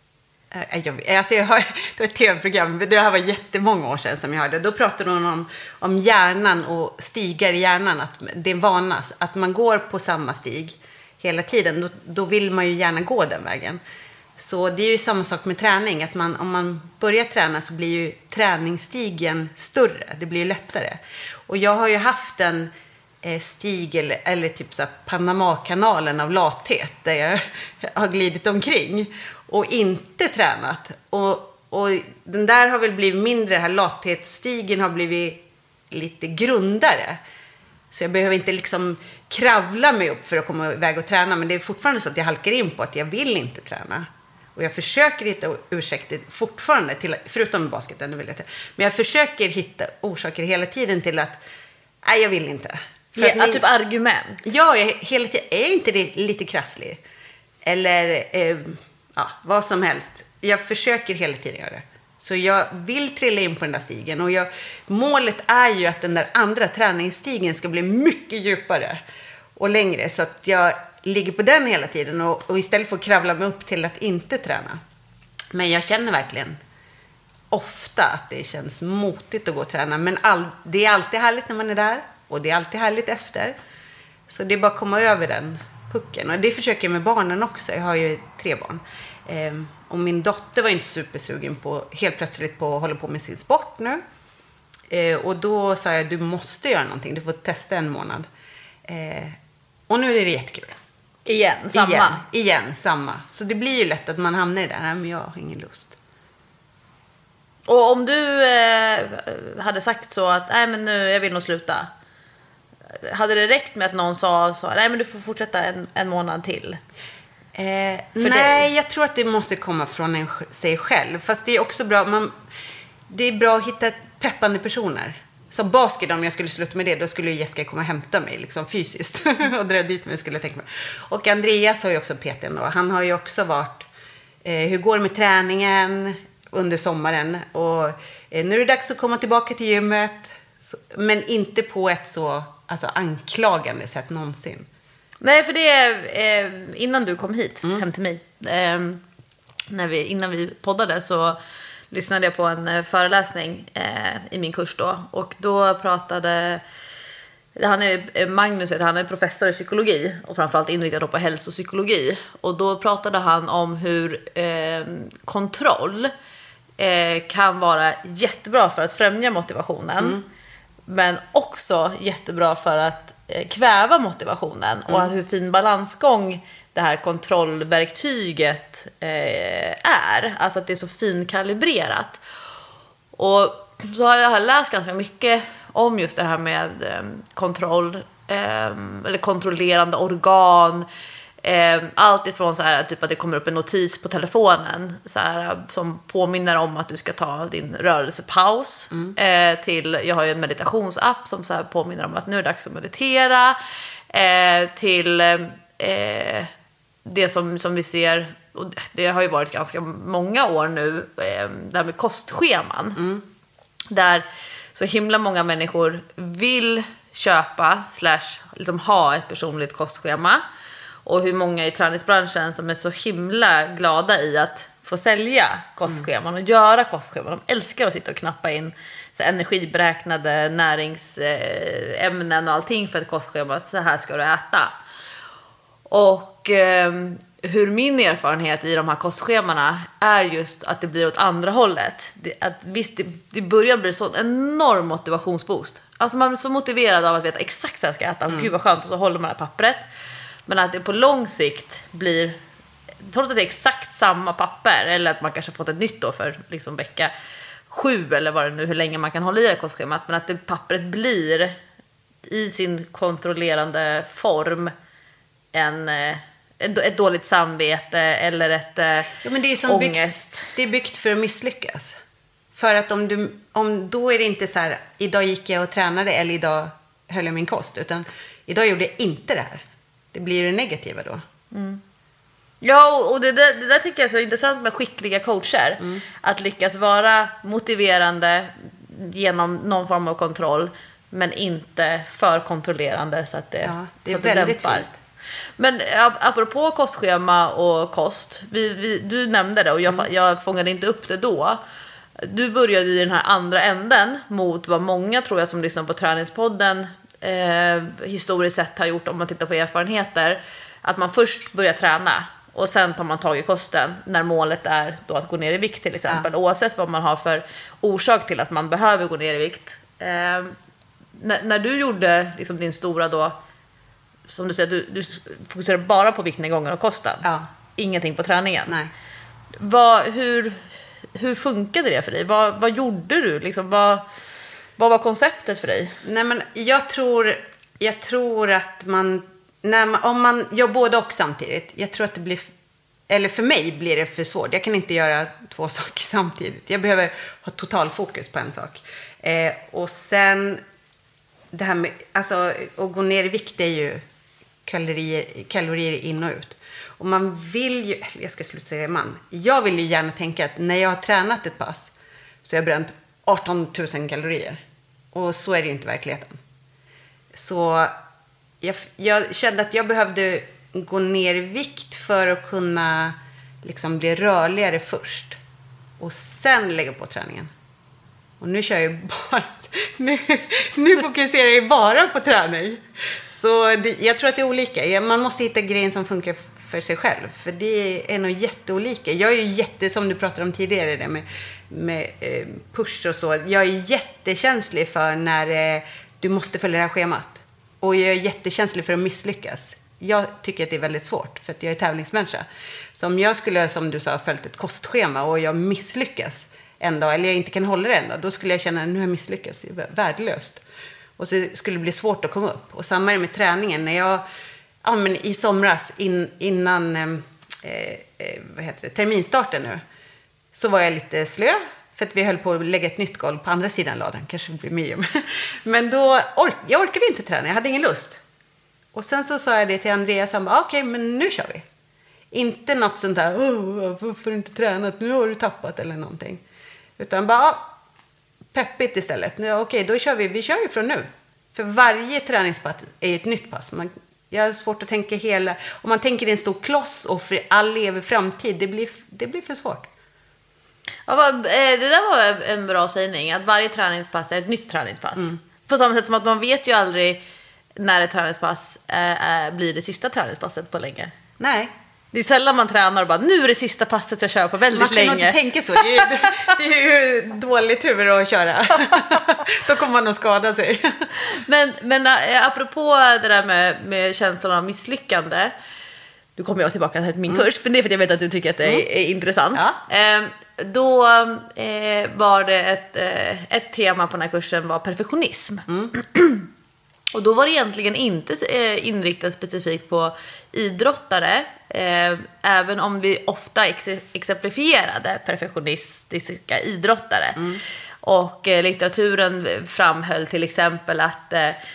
Det var ett tv-program, det här var jättemånga år sedan som jag hörde. Då pratade hon om hjärnan och stigar i hjärnan, att det är vanas, att man går på samma stig hela tiden. Då vill man ju gärna gå den vägen. Så det är ju samma sak med träning, att om man börjar träna så blir ju träningsstigen större, det blir lättare. Och jag har ju haft en stig eller typ så här Panama-kanalen av lathet där jag har glidit omkring och inte tränat. Och den där har väl blivit mindre, den här lathetsstigen har blivit lite grundare. Så jag behöver inte liksom kravla mig upp för att komma iväg och träna, men det är fortfarande så att jag halkar in på att jag vill inte träna. Och jag försöker hitta ursäkter fortfarande, förutom basketen, men jag försöker hitta orsaker hela tiden till att nej, jag vill inte. Typ argument? Ja, hela tiden. Är inte det lite krasslig? Eller vad som helst. Jag försöker hela tiden göra det. Så jag vill trilla in på den där stigen. Och målet är ju att den där andra träningsstigen ska bli mycket djupare och längre. Så att jag ligger på den hela tiden och istället får kravla mig upp till att inte träna. Men jag känner verkligen ofta att det känns motigt att gå och träna. Men det är alltid härligt när man är där. Och det är alltid härligt efter. Så det är bara att komma över den pucken. Och det försöker jag med barnen också. Jag har ju 3 barn. Och min dotter var inte supersugen helt plötsligt på att hålla på med sin sport nu. Och då sa jag, du måste göra någonting. Du får testa 1 månad. Och nu är det jättekul. Igen, samma. Så det blir ju lätt att man hamnar i det. Nej, men jag har ingen lust. Och om du hade sagt så att nej, men nu jag vill nog sluta. Hade det räckt med att någon sa så, nej men du får fortsätta en månad till? Nej, jag tror att det måste komma från sig själv. Fast det är också bra, det är bra att hitta peppande personer. Som basket, om jag skulle sluta med det, då skulle Jessica komma och hämta mig liksom fysiskt och dra dit mig, skulle jag tänka mig. Och Andreas har ju också PT:n då. Han har ju också varit, hur går det med träningen under sommaren? Och nu är det dags att komma tillbaka till gymmet. Men inte på ett så anklagande sätt någonsin. Nej, för det är innan du kom hit hem till mig, innan vi poddade, så lyssnade jag på en föreläsning i min kurs då. Och då pratade Magnus, han är professor i psykologi och framförallt inriktad på hälsopsykologi. Och då pratade han om hur kontroll kan vara jättebra för att främja motivationen. Men också jättebra för att kväva motivationen. Och hur fin balansgång det här kontrollverktyget är. Alltså att det är så finkalibrerat. Och så har jag läst ganska mycket om just det här med kontroll. Eller kontrollerande organ. Allt ifrån så här, typ att det kommer upp en notis på telefonen så här, som påminner om att du ska ta din rörelsepaus, till, jag har ju en meditationsapp som så här påminner om att nu är det dags att meditera, till det som vi ser, och det har ju varit ganska många år nu, det här med kostscheman, där så himla många människor vill köpa / liksom ha ett personligt kostschema. Och hur många i träningsbranschen som är så himla glada i att få sälja kostscheman och göra kostscheman. De älskar att sitta och knappa in så energiberäknade näringsämnen och allting för ett kostschema. Så här ska du äta. Och hur min erfarenhet i de här kostschemana är just att det blir åt andra hållet. Det börjar bli så enorm motivationsboost. Alltså man är så motiverad av att veta exakt vad jag ska äta. Gud vad skönt, och så håller man det pappret. Men att det på lång sikt blir, trots att det är exakt samma papper, eller att man kanske fått ett nytt då för liksom vecka 7 eller vad det nu, hur länge man kan hålla i det kostschemat, men att det pappret blir i sin kontrollerande form ett dåligt samvete eller ett men det är som ångest. Det är byggt för att misslyckas. För att om då är det inte så här, idag gick jag och tränade eller idag höll jag min kost, utan idag gjorde jag inte det här. Det blir det negativa då. Ja, och det där tycker jag är så intressant med skickliga coacher. Att lyckas vara motiverande genom någon form av kontroll, men inte för kontrollerande så att det är så att det väldigt dämpar. fint. Men apropå kostschema och kost, du nämnde det och jag fångade inte upp det då. Du började i den här andra änden mot vad många, tror jag, som lyssnar på Träningspodden historiskt sett har gjort, om man tittar på erfarenheter. Att man först börjar träna och sen tar man tag i kosten när målet är då att gå ner i vikt till exempel. Oavsett vad man har för orsak till att man behöver gå ner i vikt. När du gjorde liksom din stora då, som du säger, du fokuserar bara på viktnedgången och kosten. Ingenting på träningen. Nej. Hur funkade det för dig? Vad gjorde du? Liksom, vad var konceptet för dig? Nej, men jag tror att om man gör både och samtidigt, jag tror att det blir, eller för mig blir det för svårt. Jag kan inte göra 2 saker samtidigt. Jag behöver ha total fokus på en sak. Och sen det här med, alltså, att gå ner i vikt är ju kalorier in och ut. Och man vill ju, jag ska sluta säga jag vill ju gärna tänka att när jag har tränat ett pass så har jag bränt 18 000 kalorier. Och så är det ju inte i verkligheten. Så jag kände att jag behövde gå ner i vikt för att kunna liksom bli rörligare först. Och sen lägga på träningen. Och nu kör jag bara... Nu fokuserar jag bara på träning. Så jag tror att det är olika. Man måste hitta grejen som funkar för sig själv. För det är nog jätteolika. Jag är ju som du pratade om tidigare, det med push och så. Jag är jättekänslig för när du måste följa det här schemat. Och jag är jättekänslig för att misslyckas. Jag tycker att det är väldigt svårt för att jag är tävlingsmänniska. Så om jag skulle, som du sa, följt ett kostschema och jag misslyckas en dag, eller jag inte kan hålla det en dag, då skulle jag känna att nu har jag misslyckats. Det är värdelöst. Och så skulle det bli svårt att komma upp. Och samma är det med träningen. När jag i somras innan terminstarten nu, så var jag lite slö. För att vi höll på att lägga ett nytt golv på andra sidan ladan. Kanske blir medium. Men då jag orkade inte träna. Jag hade ingen lust. Och sen så sa jag det till Andreas. Han bara, okej, men nu kör vi. Inte något sånt där, varför inte tränat? Nu har du tappat eller någonting. Utan bara, peppigt istället. Okej, då kör vi. Vi kör ju från nu. För varje träningspass är ett nytt pass. Jag har svårt att tänka om man tänker i en stor kloss och för all evig framtid, det blir för svårt. Ja, det där var en bra sägning, att varje träningspass är ett nytt träningspass. På samma sätt som att man vet ju aldrig när ett träningspass blir det sista träningspasset på länge. Nej. Det är sällan man tränar och bara, nu är det sista passet jag kör på väldigt länge. Man ska nog inte tänka så. Det är ju dålig tur att köra. Då kommer man att skada sig. Men apropå det där med känslan av misslyckande. Nu kommer jag tillbaka till min kurs, men det är för att jag vet att du tycker att det är intressant. Ja. Då var det ett tema på den här kursen var perfektionism. Och då var det egentligen inte inriktat specifikt på idrottare, även om vi ofta exemplifierade perfektionistiska idrottare. Och litteraturen framhöll till exempel att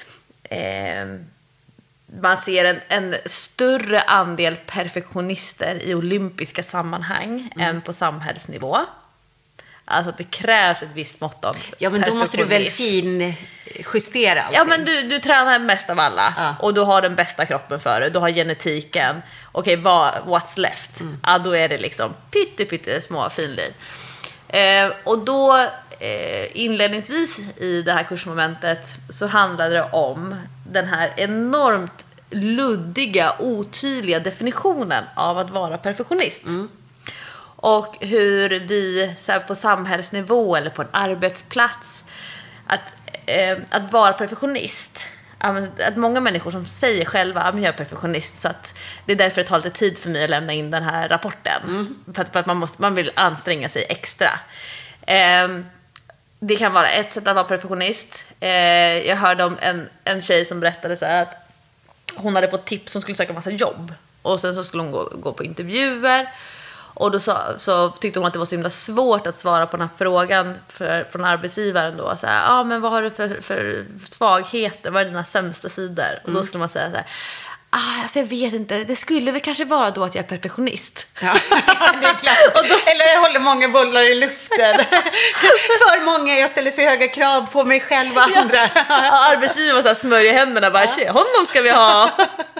man ser en större andel perfektionister i olympiska sammanhang än på samhällsnivå. Alltså att det krävs ett visst mått av Ja, men då måste du väl finjustera allting. Ja, men du tränar mest av alla. Och du har den bästa kroppen för det. Du har genetiken. Okej, what's left? Ja, då är det liksom pytte små finlir. Och då inledningsvis i det här kursmomentet så handlade det om den här enormt luddiga, otydliga definitionen av att vara perfektionist. Och hur vi så här, på samhällsnivå eller på en arbetsplats att vara perfektionist, att många människor som säger själva att jag är perfektionist, så att det är därför det tar lite tid för mig att lämna in den här rapporten, för att man vill anstränga sig extra. Det kan vara ett sätt att vara perfektionist. Jag hörde om en tjej som berättade så här att hon hade fått tips, hon skulle söka massa jobb. Och sen så skulle hon gå på intervjuer. Och då så tyckte hon att det var så himla svårt att svara på den här frågan från arbetsgivaren då. Så här, men vad har du för svagheter? Vad är dina sämsta sidor? Och då skulle man säga så här, alltså jag vet inte. Det skulle väl kanske vara då att jag är perfektionist. Ja, det är klassiskt. Eller jag håller många bollar i luften. För många, jag ställer för höga krav på mig själv och andra. Ja, arbetsgivaren så här smörjer händerna. Bara, honom ska vi ha.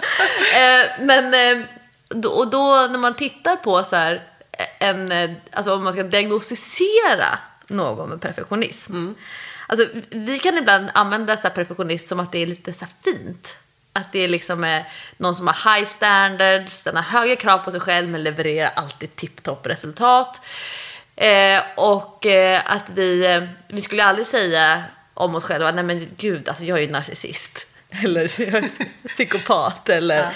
Då när man tittar på så här alltså om man ska diagnostisera någon med perfektionism. Alltså vi kan ibland använda så här perfektionist som att det är lite så här fint. Att det liksom är någon som har high standards, den har höga krav på sig själv men levererar alltid tipptopp resultat. Att vi skulle aldrig säga om oss själva, nej men gud, alltså jag är ju narcissist. Eller jag är psykopat. Eller,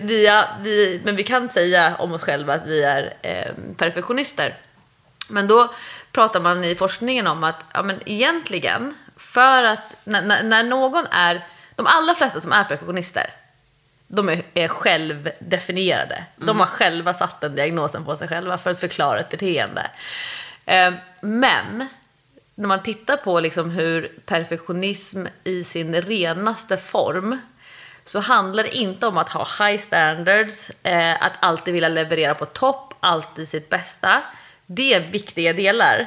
men vi kan säga om oss själva att vi är perfektionister. Men då pratar man i forskningen om att men egentligen, för att när någon är... De allra flesta som är perfektionister, de är självdefinierade. De har själva satt den diagnosen på sig själva för att förklara ett beteende. Men när man tittar på liksom hur perfektionism i sin renaste form, så handlar det inte om att ha high standards, att alltid vilja leverera på topp, alltid sitt bästa. Det är viktiga delar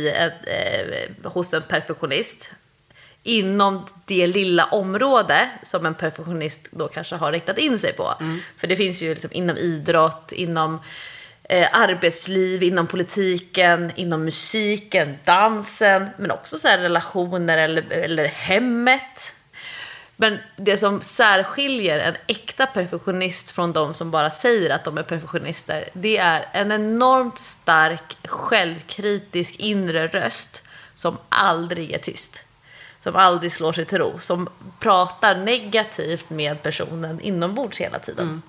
hos en perfektionist. Inom det lilla område som en perfektionist då kanske har riktat in sig på. För det finns ju liksom inom idrott, inom arbetsliv, inom politiken, inom musiken, dansen, men också så här relationer eller hemmet. Men det som särskiljer en äkta perfektionist från de som bara säger att de är perfektionister, det är en enormt stark självkritisk inre röst som aldrig är tyst. Som aldrig slår sig till ro. Som pratar negativt med personen inombords hela tiden.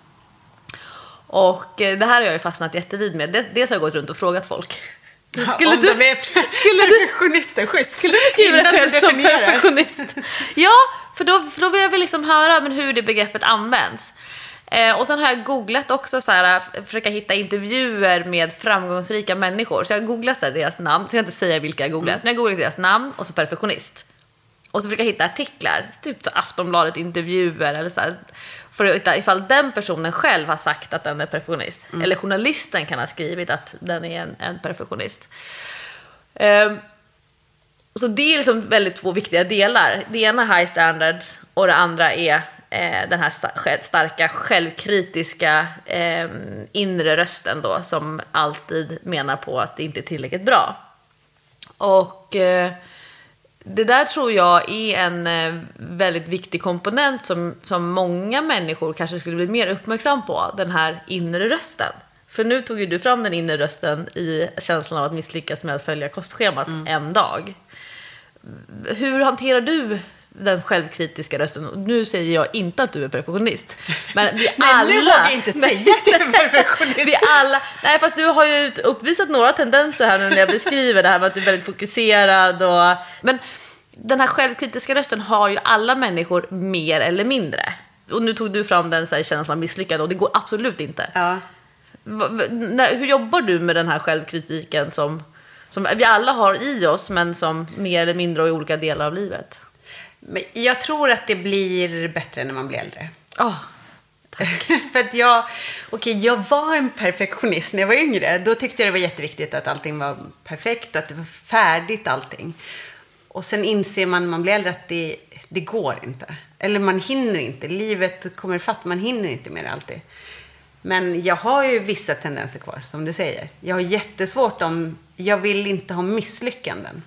Och det här har jag ju fastnat jättevid med. Dels har jag gått runt och frågat folk. Skulle du perfektionister schysst? Skulle du beskriva dig själv som perfektionist? Ja, för då vill jag väl liksom höra hur det begreppet används. Och sen har jag googlat också så här, försöka hitta intervjuer med framgångsrika människor. Så jag har googlat så här, deras namn. Jag kan inte säga vilka jag har googlat. Men jag har googlat deras namn och så perfektionist. Och så försöka hitta artiklar, typ så Aftonbladet intervjuer eller så här, för att hitta ifall den personen själv har sagt att den är perfektionist. Eller journalisten kan ha skrivit att den är en perfektionist. Så det är liksom väldigt två viktiga delar. Det ena är high standards och det andra är den här starka självkritiska inre rösten då, som alltid menar på att det inte är tillräckligt bra. Och det där tror jag är en väldigt viktig komponent som många människor kanske skulle bli mer uppmärksam på, den här inre rösten. För nu tog ju du fram den inre rösten i känslan av att misslyckas med att följa kostschemat en dag. Hur hanterar du den självkritiska rösten? Och nu säger jag inte att du är perfektionist. Men vi alla... nu vågar inte säga att du är perfektionist. Vi alla... Nej, fast du har ju uppvisat några tendenser här när jag beskriver det här med att du är väldigt fokuserad. Men den här självkritiska rösten har ju alla människor mer eller mindre. Och nu tog du fram den så här känslan misslyckad och det går absolut inte. Ja. Hur jobbar du med den här självkritiken som vi alla har i oss, men som mer eller mindre i olika delar av livet? Men jag tror att det blir bättre när man blir äldre. För att jag var en perfektionist när jag var yngre. Då tyckte jag det var jätteviktigt att allting var perfekt och att det var färdigt allting. Och sen inser man när man blir äldre att det går inte. Eller man hinner inte. Livet kommer fatt, man hinner inte mer alltid. Men jag har ju vissa tendenser kvar, som du säger. Jag har jättesvårt jag vill inte ha misslyckanden.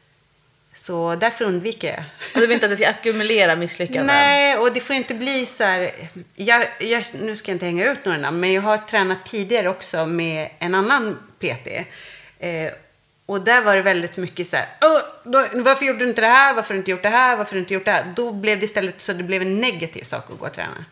Så därför undviker jag. Och du vill inte att det ska ackumulera misslyckanden? Nej, och det får inte bli så här... nu ska jag inte hänga ut några namn, men jag har tränat tidigare också med en annan PT. Och där var det väldigt mycket så här... varför gjorde du inte det här? Varför har du inte gjort det här? Varför har du inte gjort det här? Då blev det istället så det blev en negativ sak att gå och träna.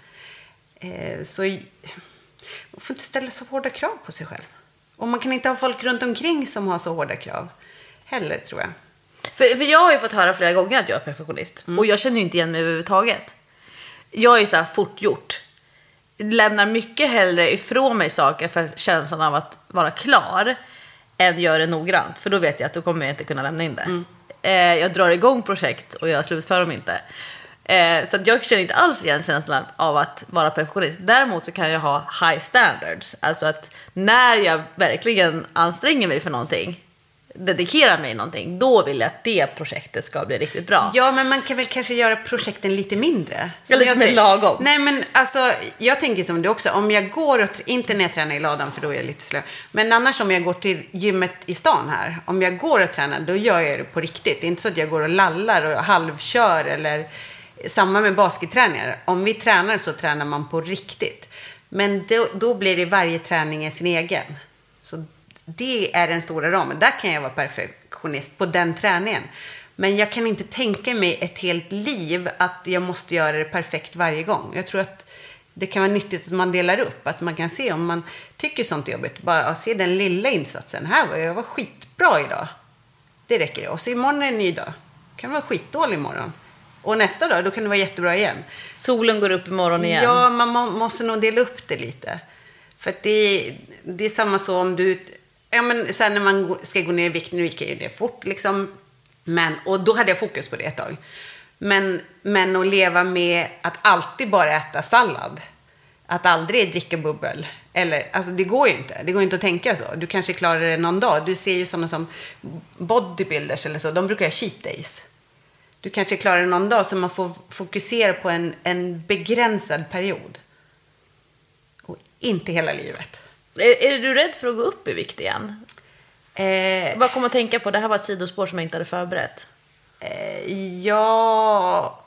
Så man får inte ställa så hårda krav på sig själv. Och man kan inte ha folk runt omkring som har så hårda krav heller, tror jag. För jag har ju fått höra flera gånger att jag är perfektionist. Och jag känner ju inte igen mig överhuvudtaget. Jag är ju så här fort gjort. Lämnar mycket hellre ifrån mig saker för känslan av att vara klar än gör det noggrant. För då vet jag att då kommer jag inte kunna lämna in det. Jag drar igång projekt och jag slutför dem inte. Så att jag känner inte alls igen känslan av att vara perfektionist. Däremot så kan jag ha high standards. Alltså att när jag verkligen anstränger mig för någonting, dedikerar mig någonting, då vill jag att det projektet ska bli riktigt bra. Ja, men man kan väl kanske göra projekten lite mindre. Eller lite mer lagom. Nej, men alltså, jag tänker som du också. Om jag går och inte när jag tränar i ladan, för då är jag lite slö. Men annars om jag går till gymmet i stan här. Om jag går och tränar, då gör jag det på riktigt. Det är inte så att jag går och lallar och halvkör eller samma med basketträningar. Om vi tränar så tränar man på riktigt. Men då blir det varje träning är sin egen. Så det är den stora ramen. Där kan jag vara perfektionist på den träningen. Men jag kan inte tänka mig ett helt liv att jag måste göra det perfekt varje gång. Jag tror att det kan vara nyttigt att man delar upp. Att man kan se om man tycker sånt är jobbigt. Bara se den lilla insatsen. Jag var skitbra idag. Det räcker. Och så imorgon är en ny dag. Kan vara skitdålig imorgon. Och nästa dag, då kan det vara jättebra igen. Solen går upp imorgon igen. Ja, man måste nog dela upp det lite. För att det är samma så om du... Ja, men sen när man ska gå ner i vikt, nu gick jag ju ner fort liksom. Och då hade jag fokus på det ett tag. Men att leva med att alltid bara äta sallad. Att aldrig dricka bubbel. Alltså det går ju inte. Det går inte att tänka så. Du kanske klarar det någon dag. Du ser ju sådana som bodybuilders eller så. De brukar ha cheat days. Du kanske klarar det någon dag så man får fokusera på en begränsad period. Och inte hela livet. Är du rädd för att gå upp i vikt igen? Vad kommer att tänka på? Det här var ett sidospår som jag inte hade förberett. Ja...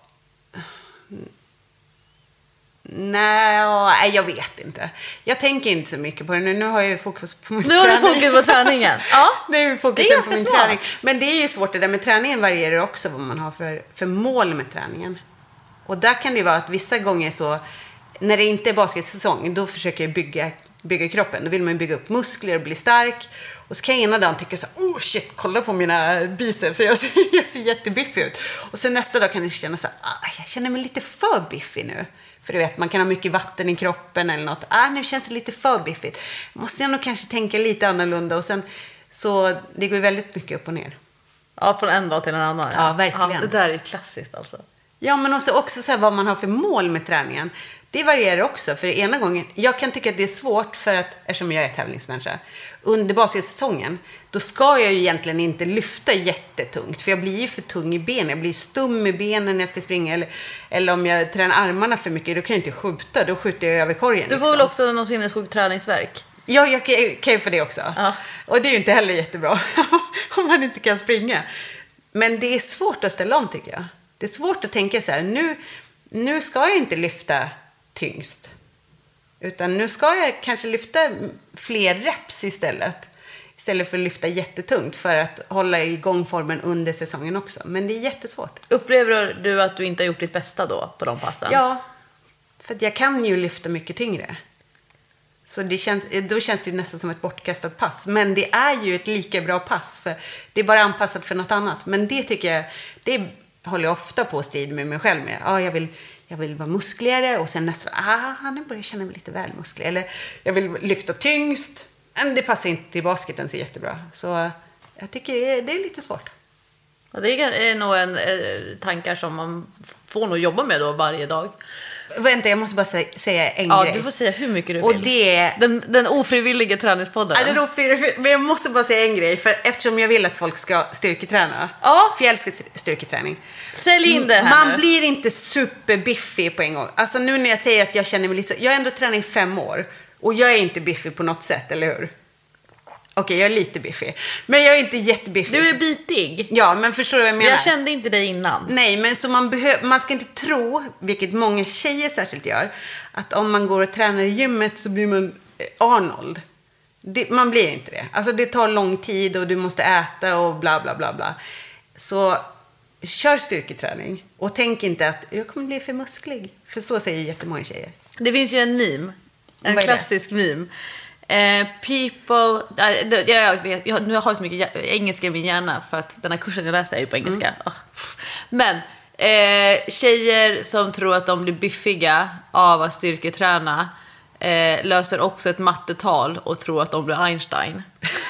Nej, jag vet inte. Jag tänker inte så mycket på det. Nu har jag fokus på min träning. Nu har du fokus på träningen. Ja, nu är fokusen på min träning. Men det är ju svårt det där med träningen varierar också vad man har för mål med träningen. Och där kan det vara att vissa gånger så, när det inte är basketsäsong, då försöker jag bygga kroppen. Då vill man bygga upp muskler och bli stark. Och så kan jag ena dagen tycka så här, shit, kolla på mina biceps. Jag ser jättebiffig ut. Och sen nästa dag kan jag känna så här, jag känner mig lite för biffig nu. För du vet, man kan ha mycket vatten i kroppen eller något. Nu känns det lite för biffigt. Måste jag nog kanske tänka lite annorlunda. Och sen, så det går ju väldigt mycket upp och ner. Ja, från en dag till en annan. Ja, verkligen. Ja, det där är klassiskt alltså. Ja, men också så här, vad man har för mål med träningen. Det varierar också. För ena gången, jag kan tycka att det är svårt för att, eftersom jag är tävlingsmänniska. Under basketsäsongen, då ska jag ju egentligen inte lyfta jättetungt. För jag blir ju för tung i benen. Jag blir stum i benen när jag ska springa. Eller om jag tränar armarna för mycket, då kan jag inte skjuta. Då skjuter jag över korgen. Du får väl också någon sinnessjuk träningsverk? Ja, jag kan ju få det också. Ja. Och det är ju inte heller jättebra om man inte kan springa. Men det är svårt att ställa om, tycker jag. Det är svårt att tänka så här, nu ska jag inte lyfta tyngst. Utan nu ska jag kanske lyfta fler reps istället. Istället för att lyfta jättetungt för att hålla igång formen under säsongen också. Men det är jättesvårt. Upplever du att du inte har gjort ditt bästa då på de passen? Ja, för att jag kan ju lyfta mycket tyngre. Så då känns det nästan som ett bortkastat pass. Men det är ju ett lika bra pass. För det är bara anpassat för något annat. Men det tycker jag, det håller jag ofta på att strida med mig själv med. Jag vill vara muskligare och sen nästa, nu börjar jag känna mig lite väl musklig. Eller jag vill lyfta tyngst. Men det passar inte till basketen så jättebra. Så jag tycker det är lite svårt. Ja, det är nog tankar som man får nog jobba med då varje dag. Vänta, jag måste bara säga en grej. Ja, du får säga hur mycket du vill. Och det är... Den ofrivilliga träningspodden. Ja, men jag måste bara säga en grej. För eftersom jag vill att folk ska styrketräna. Ja. För jag älskar styrketräning. Sälj in det här Man nu. blir inte superbiffig på en gång. Alltså nu när jag säger att jag känner mig lite så. Jag har ändå tränat i 5 år. Och jag är inte biffig på något sätt, eller hur? Okej, jag är lite biffig. Men jag är inte jättebiffig. Du är bitig. Ja, men förstår du vad jag menar? Jag kände inte dig innan. Nej, men så man ska inte tro, vilket många tjejer särskilt gör, att om man går och tränar i gymmet så blir man Arnold. Man blir inte det. Alltså det tar lång tid och du måste äta och bla bla bla bla. Så kör styrketräning. Och tänk inte att jag kommer bli för musklig. För så säger jättemånga tjejer. Det finns ju en meme. En klassisk meme. People... Nu har jag så mycket engelska i min hjärna för att den här kursen jag läser är ju på engelska. Men tjejer som tror att de blir biffiga av att styrketräna löser också ett mattetal och tror att de blir Einstein.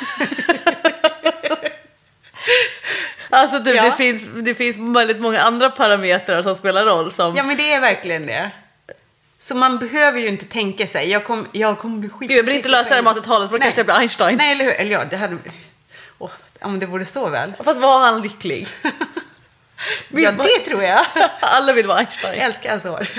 Alltså typ, det finns väldigt många andra parametrar som spelar roll. Som... Ja, men det är verkligen det. Så man behöver ju inte tänka sig, jag kommer bli skit. Jag vill inte lösa det mattetalet för då kanske jag blir Einstein. Nej, eller hur? Eller ja, det hade... om det vore så väl. Fast var han lycklig? Ja, det tror jag. Alla vill vara Einstein. Jag älskar hans hår.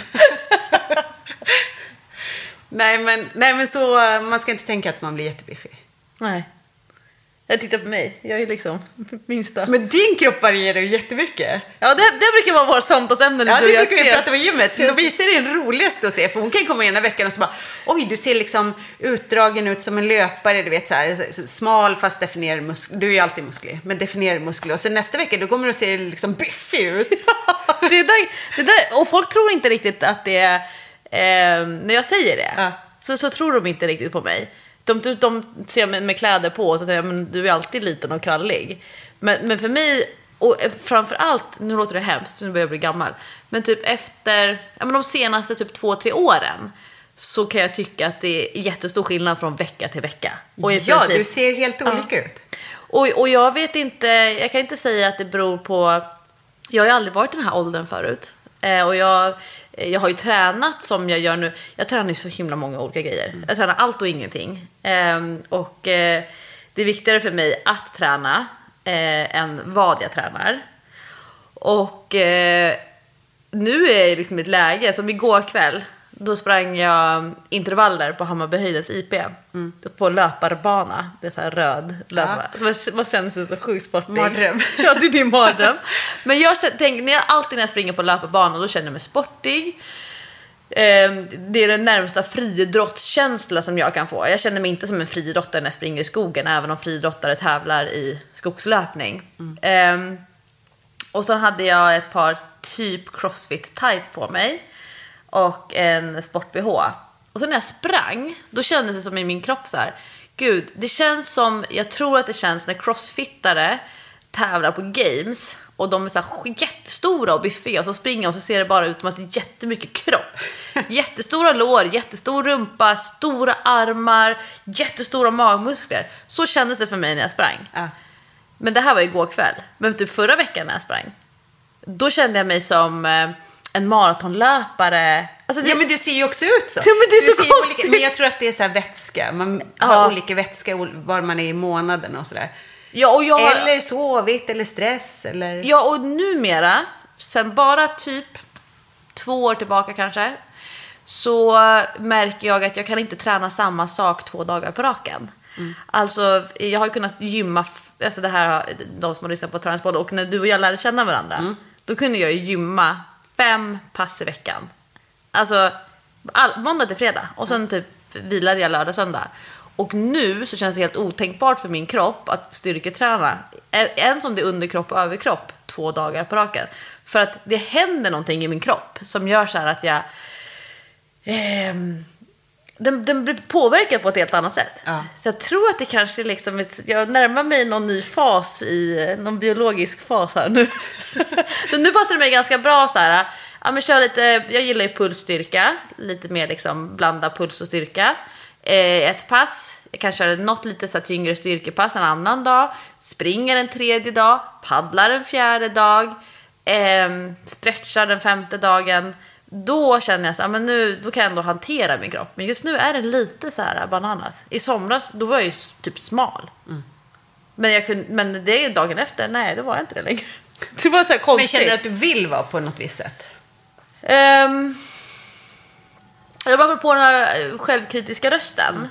nej, men så man ska inte tänka att man blir jättebiffig. Nej. Jag tittar på mig. Jag är liksom minsta. Men din kropp varierar ju jättemycket. Ja, det brukar vara vårt samtalsämne. Ja, det brukar vi prata på gymmet. Då visar det den roligaste att se. För hon kan komma in den här veckan och så bara, oj, du ser liksom utdragen ut som en löpare. Du vet så här, smal fast definierad muskler. Du är ju alltid musklig, men definierad muskler. Och sen nästa vecka, då kommer du att se liksom biffig ut. Ja, det där, och folk tror inte riktigt att det är... när jag säger det, så tror de inte riktigt på mig. De ser med kläder på och så säger men du är alltid liten och krallig. Men för mig, och framförallt, nu låter det hemskt, nu börjar jag bli gammal, men typ efter de senaste typ 2-3 åren så kan jag tycka att det är jättestor skillnad från vecka till vecka. Och ja, du ser helt olika ut. Och jag vet inte, jag kan inte säga att det beror på, jag har ju aldrig varit i den här åldern förut. Och jag har ju tränat som jag gör nu. Jag tränar ju så himla många olika grejer. Jag tränar allt och ingenting. Och det är viktigare för mig att träna än vad jag tränar. Och nu är det liksom ett läge som igår kväll. Då sprang jag intervaller på Hammarbyhöjdens IP. På löparbana. Det är så här röd löparbana. Så man känner sig så sjukt sportig. Mardröm. Ja, det är din mardröm. Men jag tänker, alltid när jag springer på löparbanan, då känner jag mig sportig. Det är den närmsta friidrottskänsla som jag kan få. Jag känner mig inte som en friidrottare när jag springer i skogen, även om friidrottare tävlar i skogslöpning. Och så hade jag ett par typ crossfit tights på mig och en sport-BH. Och så när jag sprang, då kändes det som i min kropp så här, gud, det känns som, jag tror att det känns när crossfittare tävlar på games och de är så här jättestora och biffiga och så springer och så ser det bara ut som att det är jättemycket kropp. Jättestora lår, jättestor rumpa, stora armar, jättestora magmuskler. Så kändes det för mig när jag sprang. Men det här var igår kväll. Men typ förra veckan när jag sprang, då kände jag mig som en maratonlöpare. Alltså Ja, men du ser ju också ut så. Ja, men det är så konstigt. Men jag tror att det är så här vätska. Man har olika vätska var man är i månaden och sådär. Ja, och eller sovit eller stress eller... Ja, och numera, sen bara typ 2 år tillbaka kanske, så märker jag att jag kan inte träna samma sak 2 dagar på raken. Alltså, jag har ju kunnat gymma, alltså det här, de som har lyssnat på Träningspodden, och när du och jag lärde känna varandra, då kunde jag ju gymma 5 pass i veckan. Alltså, måndag till fredag. Och sen typ vilade jag lördag, söndag. Och nu så känns det helt otänkbart för min kropp att styrketräna. En som det är underkropp och överkropp 2 dagar på raken. För att det händer någonting i min kropp som gör så här att jag... Den blir påverkad på ett helt annat sätt. Så jag tror att det kanske liksom jag närmar mig någon ny fas i någon biologisk fas här nu. Så nu passar det mig ganska bra så här. Ja, men kör lite, jag gillar ju pulsstyrka, lite mer liksom blanda puls och styrka. Ett pass, jag kan köra något lite så här tyngre styrkepass en annan dag, springer en 3:e dag, paddlar en 4:e dag, stretchar den 5:e dagen. Då känner jag så, men nu då kan jag ändå hantera min kropp. Men just nu är det lite så här bananas. I somras då var jag ju typ smal. Men det är dagen efter, nej, då var jag inte det längre. Det var så här konstigt. Men känner du att du vill vara på något visst sätt? Jag var på den här självkritiska rösten.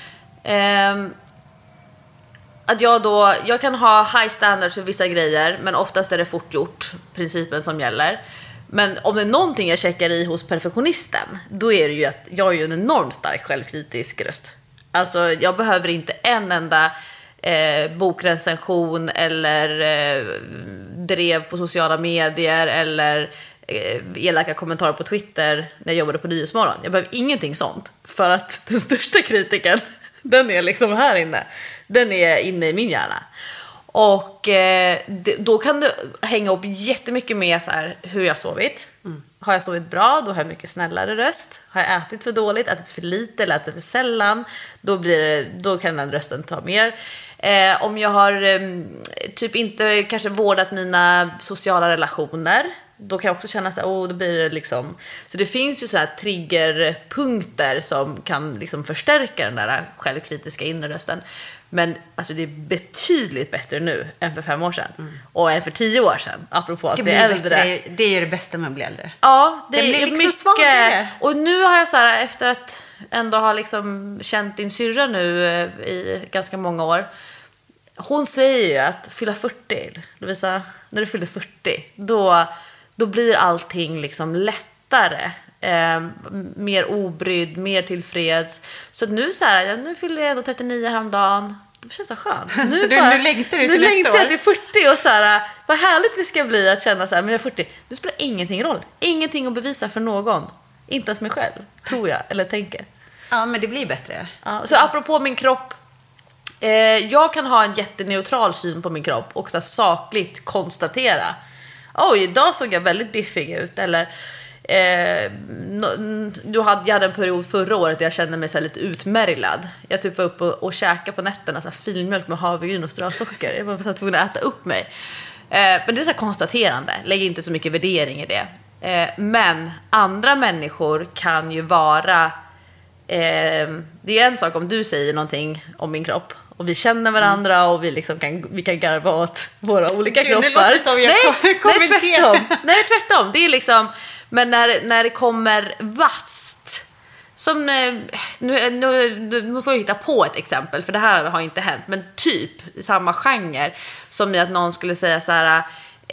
Att jag kan ha high standards för vissa grejer, men oftast är det fort gjort, principen som gäller. Men om det är någonting jag checkar i hos perfektionisten, då är det ju att jag är ju en enormt stark självkritisk röst. Alltså jag behöver inte en enda bokrecension eller drev på sociala medier eller elaka kommentarer på Twitter när jag jobbade på Nyhetsmorgon. Jag behöver ingenting sånt, för att den största kritiken Den är liksom här inne. Den är inne i min hjärna. Och då kan det hänga upp jättemycket med så här, hur jag sovit. Har jag sovit bra, då har jag mycket snällare röst. Har jag ätit för dåligt, ätit för lite eller ätit för sällan, då kan den rösten ta mer. Om jag har typ inte kanske vårdat mina sociala relationer, då kan jag också känna så här, då blir det liksom. Så det finns ju så här triggerpunkter som kan liksom förstärka den där självkritiska inre rösten. Men alltså det är betydligt bättre nu än för 5 år sedan. Och än för 10 år sedan, apropå att bli äldre. Bättre, det är ju det bästa med att bli äldre. Ja, det blir är liksom mycket. svagare. Och nu har jag så här, efter att ändå ha liksom känt din syrra nu i ganska många år. Hon säger ju att fylla 40, Lovisa, när du fyller 40, då blir allting liksom lättare. Mer obrydd, mer tillfreds. Så nu så här, nu fyller jag ändå 39 häromdagen. Det känns så skönt. Nu så nu längtar du till nästa år? Jag till 40 och så här, vad härligt det ska bli att känna så här, men jag är 40. Nu spelar ingenting roll. Ingenting att bevisa för någon. Inte ens mig själv, tror jag, eller tänker. Ja, men det blir bättre. Ja, så apropå min kropp. Jag kan ha en jätteneutral syn på min kropp och så här sakligt konstatera. Idag såg jag väldigt biffig ut. Eller jag hade en period förra året där jag kände mig så här lite utmärglad. Jag typ var uppe och käkade på nätterna så här filmjölk med havregryn och strösocker. Jag var så tvungen att äta upp mig. Men det är så här konstaterande. Lägg inte så mycket värdering i det. Men andra människor kan ju vara det är en sak om du säger någonting om min kropp och vi känner varandra och vi kan garva åt våra olika kroppar. Det låter som nej, tvärtom. Det är liksom, men när det kommer vast, som nu får jag hitta på ett exempel, för det här har inte hänt, men typ i samma genre som i att någon skulle säga så här,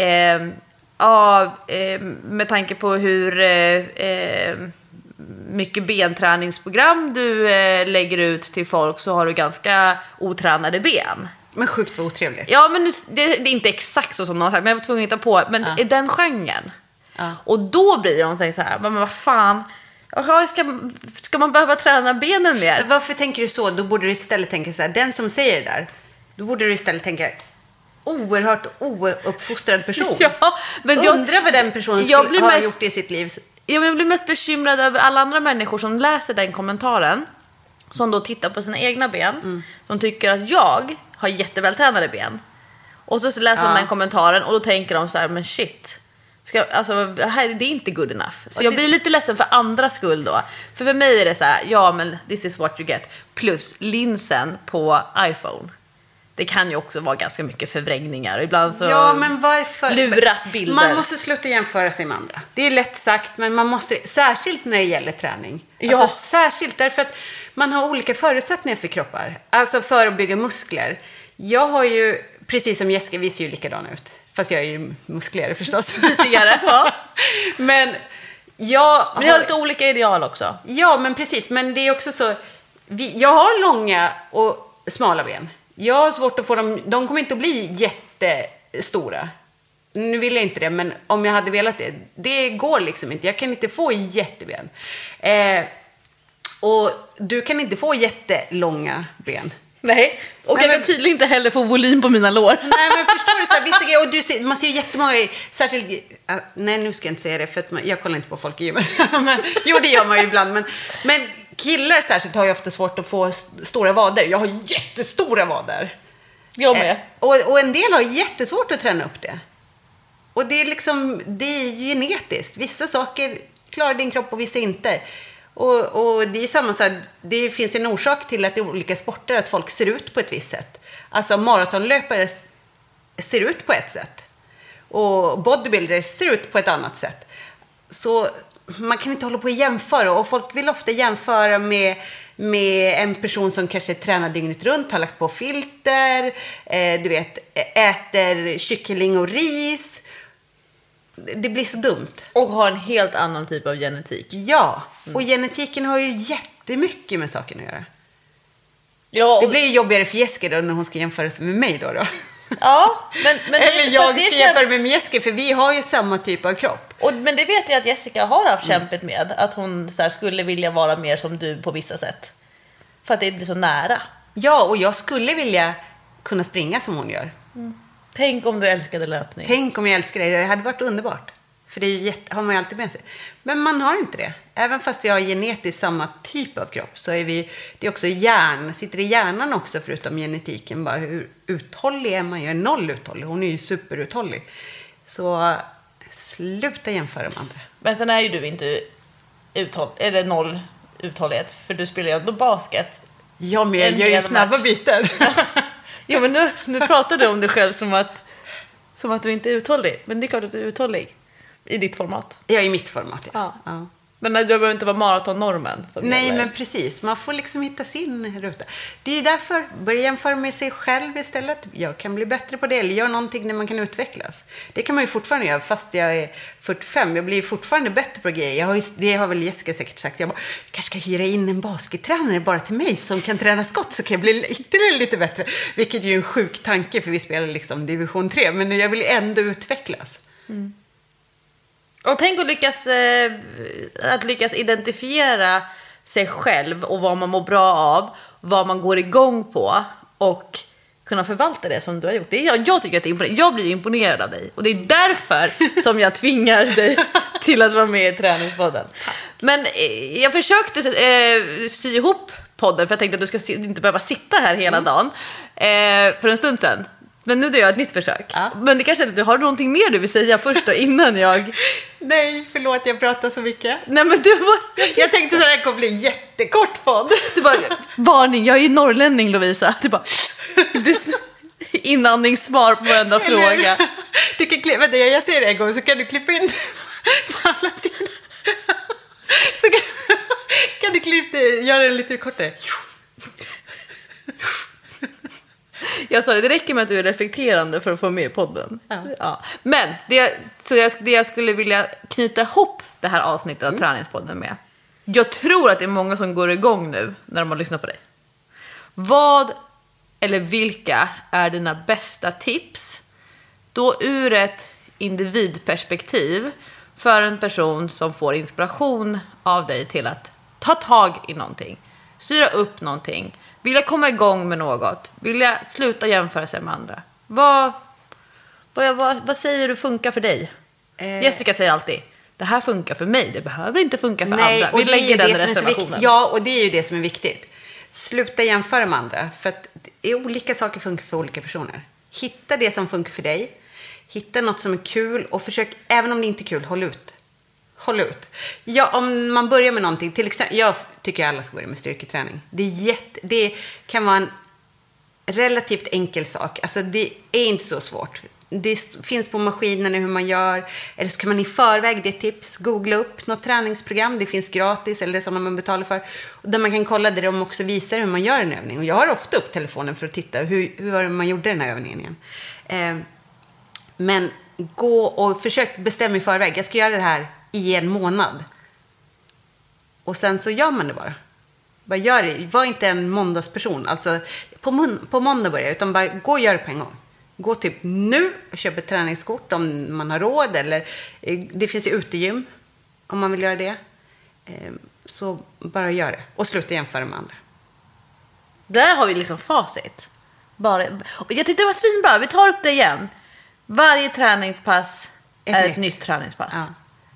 med tanke på hur mycket benträningsprogram du lägger ut till folk, så har du ganska otränade ben. Men sjukt vad otrevligt. Ja, men det är inte exakt så som någon har sagt, men jag var tvungen att hitta på. Men i den genren. Och då blir de så här, men vad fan, ska man behöva träna benen mer? Varför tänker du så? Då borde du istället tänka så här, den som säger det där, då borde du istället tänka, oerhört ouppfostrad person. Ja, men undrar vad den personen skulle ha gjort i sitt liv. Jag blir mest bekymrad över alla andra människor som läser den kommentaren, som då tittar på sina egna ben, som tycker att jag har jättevältränade ben. Och så läser de den kommentaren och då tänker de så här, men shit, det är inte good enough. Så jag blir lite ledsen för andras skull då. För mig är det så här, ja men this is what you get. Plus linsen på iPhone. Det kan ju också vara ganska mycket förvrängningar. Ibland så men varför? Luras bilder. Man måste sluta jämföra sig med andra. Det är lätt sagt, men man måste, särskilt när det gäller träning. Ja. Alltså, särskilt därför att man har olika förutsättningar för kroppar. Alltså för att bygga muskler. Jag har ju, precis som Jessica, vi ser ju likadan ut. Fast jag är ju muskligare förstås. Tidigare, ja. Men vi har lite olika ideal också. Ja, men precis. Men det är också så, jag har långa och smala ben. Jag har svårt att få dem, de kommer inte att bli jättestora. Nu vill jag inte det, men om jag hade velat det går liksom inte. Jag kan inte få jätteben. Och du kan inte få jättelånga ben. Nej, och jag kan tydligen inte heller få volym på mina lår. Nej, men förstår du så här, vissa grejer, och man ser ju jättemånga, särskilt, nej nu ska jag inte säga det, för att jag kollar inte på folk i gymmet. Jo, det gör man ju ibland, men killar särskilt har ju ofta svårt att få stora vader. Jag har jättestora vader. Jag med. Och en del har jättesvårt att träna upp det. Och det är liksom, det är genetiskt. Vissa saker klarar din kropp och vissa inte. Och det är samma så här, det finns en orsak till att i olika sporter att folk ser ut på ett visst sätt. Alltså maratonlöpare ser ut på ett sätt. Och bodybuilders ser ut på ett annat sätt. Så man kan inte hålla på att jämföra. Och folk vill ofta jämföra med en person som kanske tränar dygnet runt, har lagt på filter, du vet, äter kyckling och ris. Det blir så dumt. Och har en helt annan typ av genetik. Ja, och genetiken har ju jättemycket med saken att göra. Ja, och... Det blir ju jobbigare för Jessica då när hon ska jämföra sig med mig då. Ja, men eller jag ska jämföra med Jessica, för vi har ju samma typ av kropp. Men det vet jag att Jessica har haft kämpet med. Att hon så här, skulle vilja vara mer som du på vissa sätt. För att det blir så nära. Ja, och jag skulle vilja kunna springa som hon gör. Tänk om du älskade löpning. Tänk om jag älskar det. Det hade varit underbart. För det har man ju alltid med sig. Men man har inte det. Även fast vi har genetiskt samma typ av kropp så är vi, det är också sitter i hjärnan också förutom genetiken. Bara hur uthållig är man? Jag är 0 uthållig. Hon är ju superuthållig. Så sluta jämföra med andra. Men sen är ju du inte eller 0 uthållighet. För du spelar ju ändå basket. Ja, men jag gör ju snabba byten. Ja, men nu pratar du om dig själv som att du inte är uthållig. Men det är klart att du är uthållig. I ditt format. Ja, i mitt format, ja. Men du behöver inte vara maratonnormen. Nej, men precis. Man får liksom hitta sin ruta. Det är därför, börja jämföra med sig själv istället. Jag kan bli bättre på det. Eller gör någonting där man kan utvecklas. Det kan man ju fortfarande göra, fast jag är 45. Jag blir fortfarande bättre på grejer. Det har väl Jessica säkert sagt. Jag kanske ska hyra in en baskettränare bara till mig som kan träna skott. Så kan jag bli ytterligare lite bättre. Vilket ju är en sjuk tanke, för vi spelar liksom division 3. Men jag vill ändå utvecklas. Mm. Och tänk att lyckas identifiera sig själv och vad man mår bra av, vad man går igång på och kunna förvalta det som du har gjort. Jag tycker att det är imponerande. Jag blir imponerad av dig och det är därför som jag tvingar dig till att vara med i Träningspodden. Men jag försökte sy ihop podden för jag tänkte att du ska inte behöva sitta här hela dagen för en stund sedan. Men nu gör jag ett nytt försök. Ja. Men det kanske är att du har någonting mer du vill säga först då, innan jag... Nej, förlåt, jag pratar så mycket. Nej, men jag tänkte så här, det kommer bli en jättekort podd. Du bara, varning, jag är ju norrlänning, Lovisa. Du bara, inandningssvar på varenda fråga. Du kan vänta, jag ser det en gång så kan du klippa in på alla tider. Så kan du göra det lite kortare. Jag sa det räcker med att du är reflekterande för att få med i podden. Ja. Men det jag skulle vilja knyta ihop det här avsnittet av Träningspodden med. Jag tror att det är många som går igång nu när de har lyssnat på dig. Vad eller vilka är dina bästa tips då ur ett individperspektiv för en person som får inspiration av dig till att ta tag i någonting, styra upp någonting, vilja komma igång med något, vilja sluta jämföra sig med andra? Vad säger du funkar för dig? Jessica säger alltid, det här funkar för mig, det behöver inte funka för andra. Vi lägger den reservationen. Ja, och det är ju det som är viktigt. Sluta jämföra med andra, för att olika saker funkar för olika personer. Hitta det som funkar för dig. Hitta något som är kul och försök, även om det inte är kul, håll ut. Ja, om man börjar med någonting, till exempel, jag tycker alla ska börja med styrketräning. Det kan vara en relativt enkel sak. Alltså det är inte så svårt. Det finns på maskinen hur man gör. Eller så kan man i förväg, det är tips, googla upp något träningsprogram. Det finns gratis eller sådana man betalar för. Där man kan kolla där de också visar hur man gör en övning. Och jag har ofta upp telefonen för att titta hur var det man gjorde den här övningen igen. Men gå och försök bestämma i förväg. Jag ska göra det här i en månad. Och sen så gör man det bara gör det. Var inte en måndagsperson. Alltså på måndag börjar, utan bara gå och gör det på en gång. Gå typ nu och köp ett träningskort om man har råd. Eller det finns ju utegym om man vill göra det. Så bara gör det. Och sluta jämföra med andra. Där har vi liksom facit. Och jag tyckte det var svinbra. Vi tar upp det igen. Varje träningspass är ett nytt träningspass. Ja.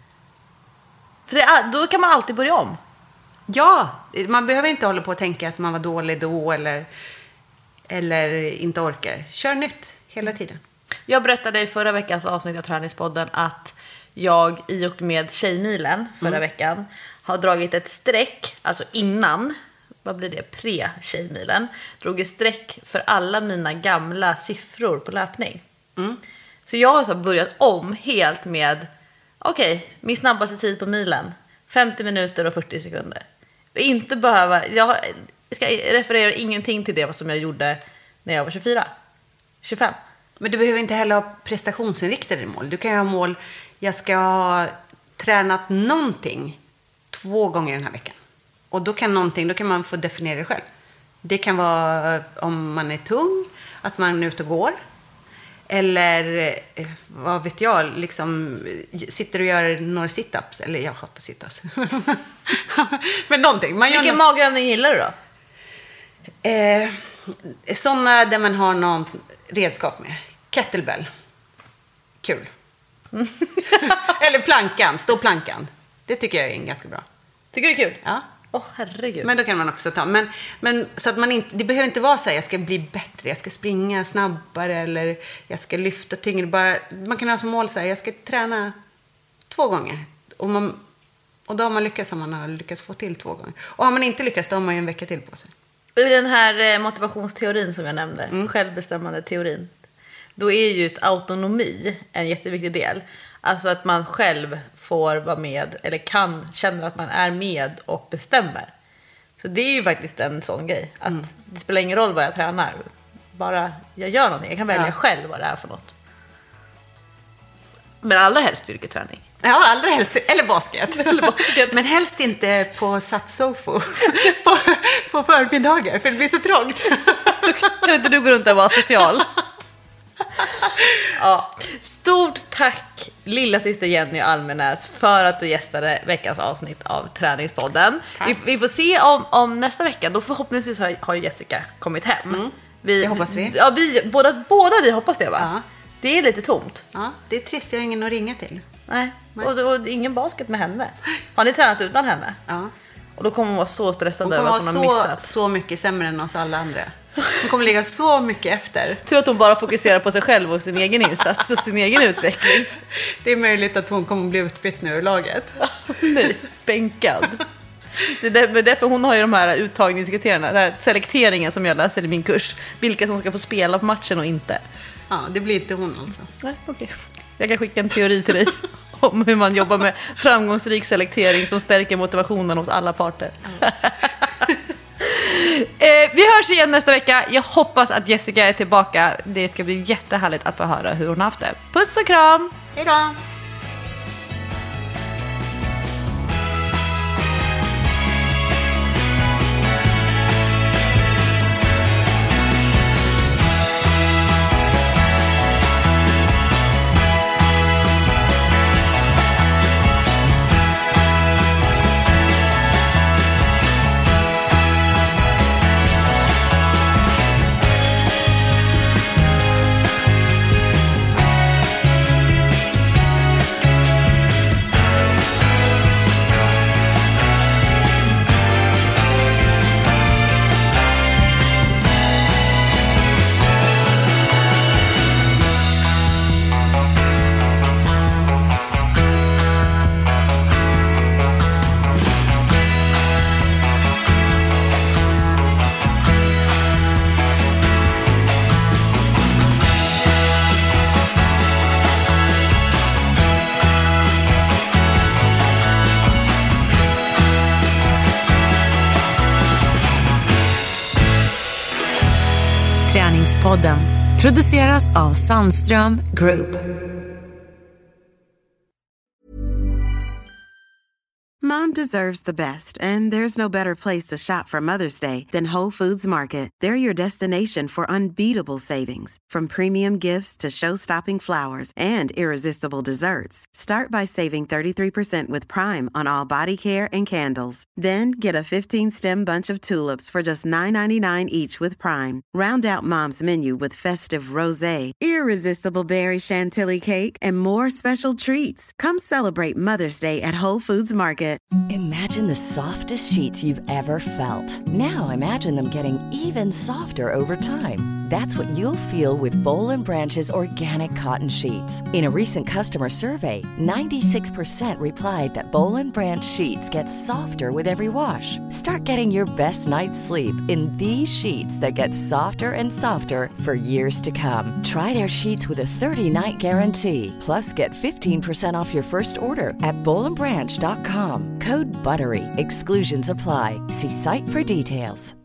För då kan man alltid börja om. Ja, man behöver inte hålla på och tänka att man var dålig då eller inte orkar. Kör nytt hela tiden. Jag berättade i förra veckans avsnitt av Träningspodden att jag i och med Tjejmilen förra veckan har dragit ett streck, alltså innan, vad blir det, pre-Tjejmilen, drog ett streck för alla mina gamla siffror på löpning. Så jag har så börjat om helt med min snabbaste tid på milen 50 minuter och 40 sekunder. Inte behöva, jag ska referera ingenting till det som jag gjorde när jag var 25. Men du behöver inte heller ha prestationsinriktade mål. Du kan ju ha mål, jag ska ha tränat någonting 2 gånger den här veckan. Och då kan man få definiera det själv. Det kan vara om man är tung, att man är ute och går. Eller vad vet jag, liksom sitter och gör några sit-ups. Eller jag hatar sit-ups. Men någonting. Vilken magövning gillar du då? Sådana där man har någon redskap med. Kettlebell. Kul. Eller plankan, stå plankan. Det tycker jag är ganska bra. Tycker du det är kul? Ja. Herregud. Men då kan man också ta. Men så att man inte, det behöver inte vara så här, jag ska bli bättre, jag ska springa snabbare eller jag ska lyfta tyngre. Bara, man kan ha som mål så här, jag ska träna 2 gånger. Och då har man lyckats om man har lyckats få till 2 gånger. Och har man inte lyckats, då har man ju en vecka till på sig. I den här motivationsteorin som jag nämnde, självbestämmande teorin, då är just autonomi en jätteviktig del. Alltså att man själv får vara med, eller känner att man är med och bestämmer. Så det är ju faktiskt en sån grej. Att det spelar ingen roll vad jag tränar. Bara jag gör någonting. Jag kan välja själv vad det är för något. Men allra helst styrketräning. Ja, allra helst. Eller basket. Men helst inte på satsofo på förmiddagar, för det blir så trångt. Kan inte du gå runt och vara social? Ja. Stort tack lilla syster Jenny Almenäs för att du gästade veckans avsnitt av Träningspodden. Vi får se om nästa vecka. Då förhoppningsvis har Jessica kommit hem. Det hoppas vi. Ja, båda vi hoppas det, va? Ja. Det är lite tomt. Ja, det är trist. Jag har ingen att ringa till. Nej. Och ingen basket med henne. Har ni tränat utan henne? Ja. Och då kommer hon vara så stressad över att hon har missat. Så mycket sämre än oss alla andra. Hon kommer ligga så mycket efter. Tror att hon bara fokuserar på sig själv och sin egen insats och sin egen utveckling. Det är möjligt att hon kommer bli utbytt nu ur laget. Nej, bänkad. Det är därför hon har ju de här uttagningskriterierna, den här selekteringen som jag läser i min kurs. Vilka som ska få spela på matchen och inte. Ja, det blir inte hon alltså. Nej, okej. Jag kan skicka en teori till dig om hur man jobbar med framgångsrik selektering som stärker motivationen hos alla parter. Vi hörs igen nästa vecka. Jag hoppas att Jessica är tillbaka. Det ska bli jättehärligt att få höra hur hon har haft det. Puss och kram! Hej då! Träningspodden produceras av Sandström Group. Mom deserves the best, and there's no better place to shop for Mother's Day than Whole Foods Market. They're your destination for unbeatable savings, from premium gifts to show-stopping flowers and irresistible desserts. Start by saving 33% with Prime on all body care and candles. Then get a 15-stem bunch of tulips for just $9.99 each with Prime. Round out Mom's menu with festive rosé, irresistible berry chantilly cake, and more special treats. Come celebrate Mother's Day at Whole Foods Market. Imagine the softest sheets you've ever felt. Now imagine them getting even softer over time. That's what you'll feel with Boll & Branch's organic cotton sheets. In a recent customer survey, 96% replied that Boll & Branch sheets get softer with every wash. Start getting your best night's sleep in these sheets that get softer and softer for years to come. Try their sheets with a 30-night guarantee. Plus, get 15% off your first order at bollandbranch.com. Code BUTTERY. Exclusions apply. See site for details.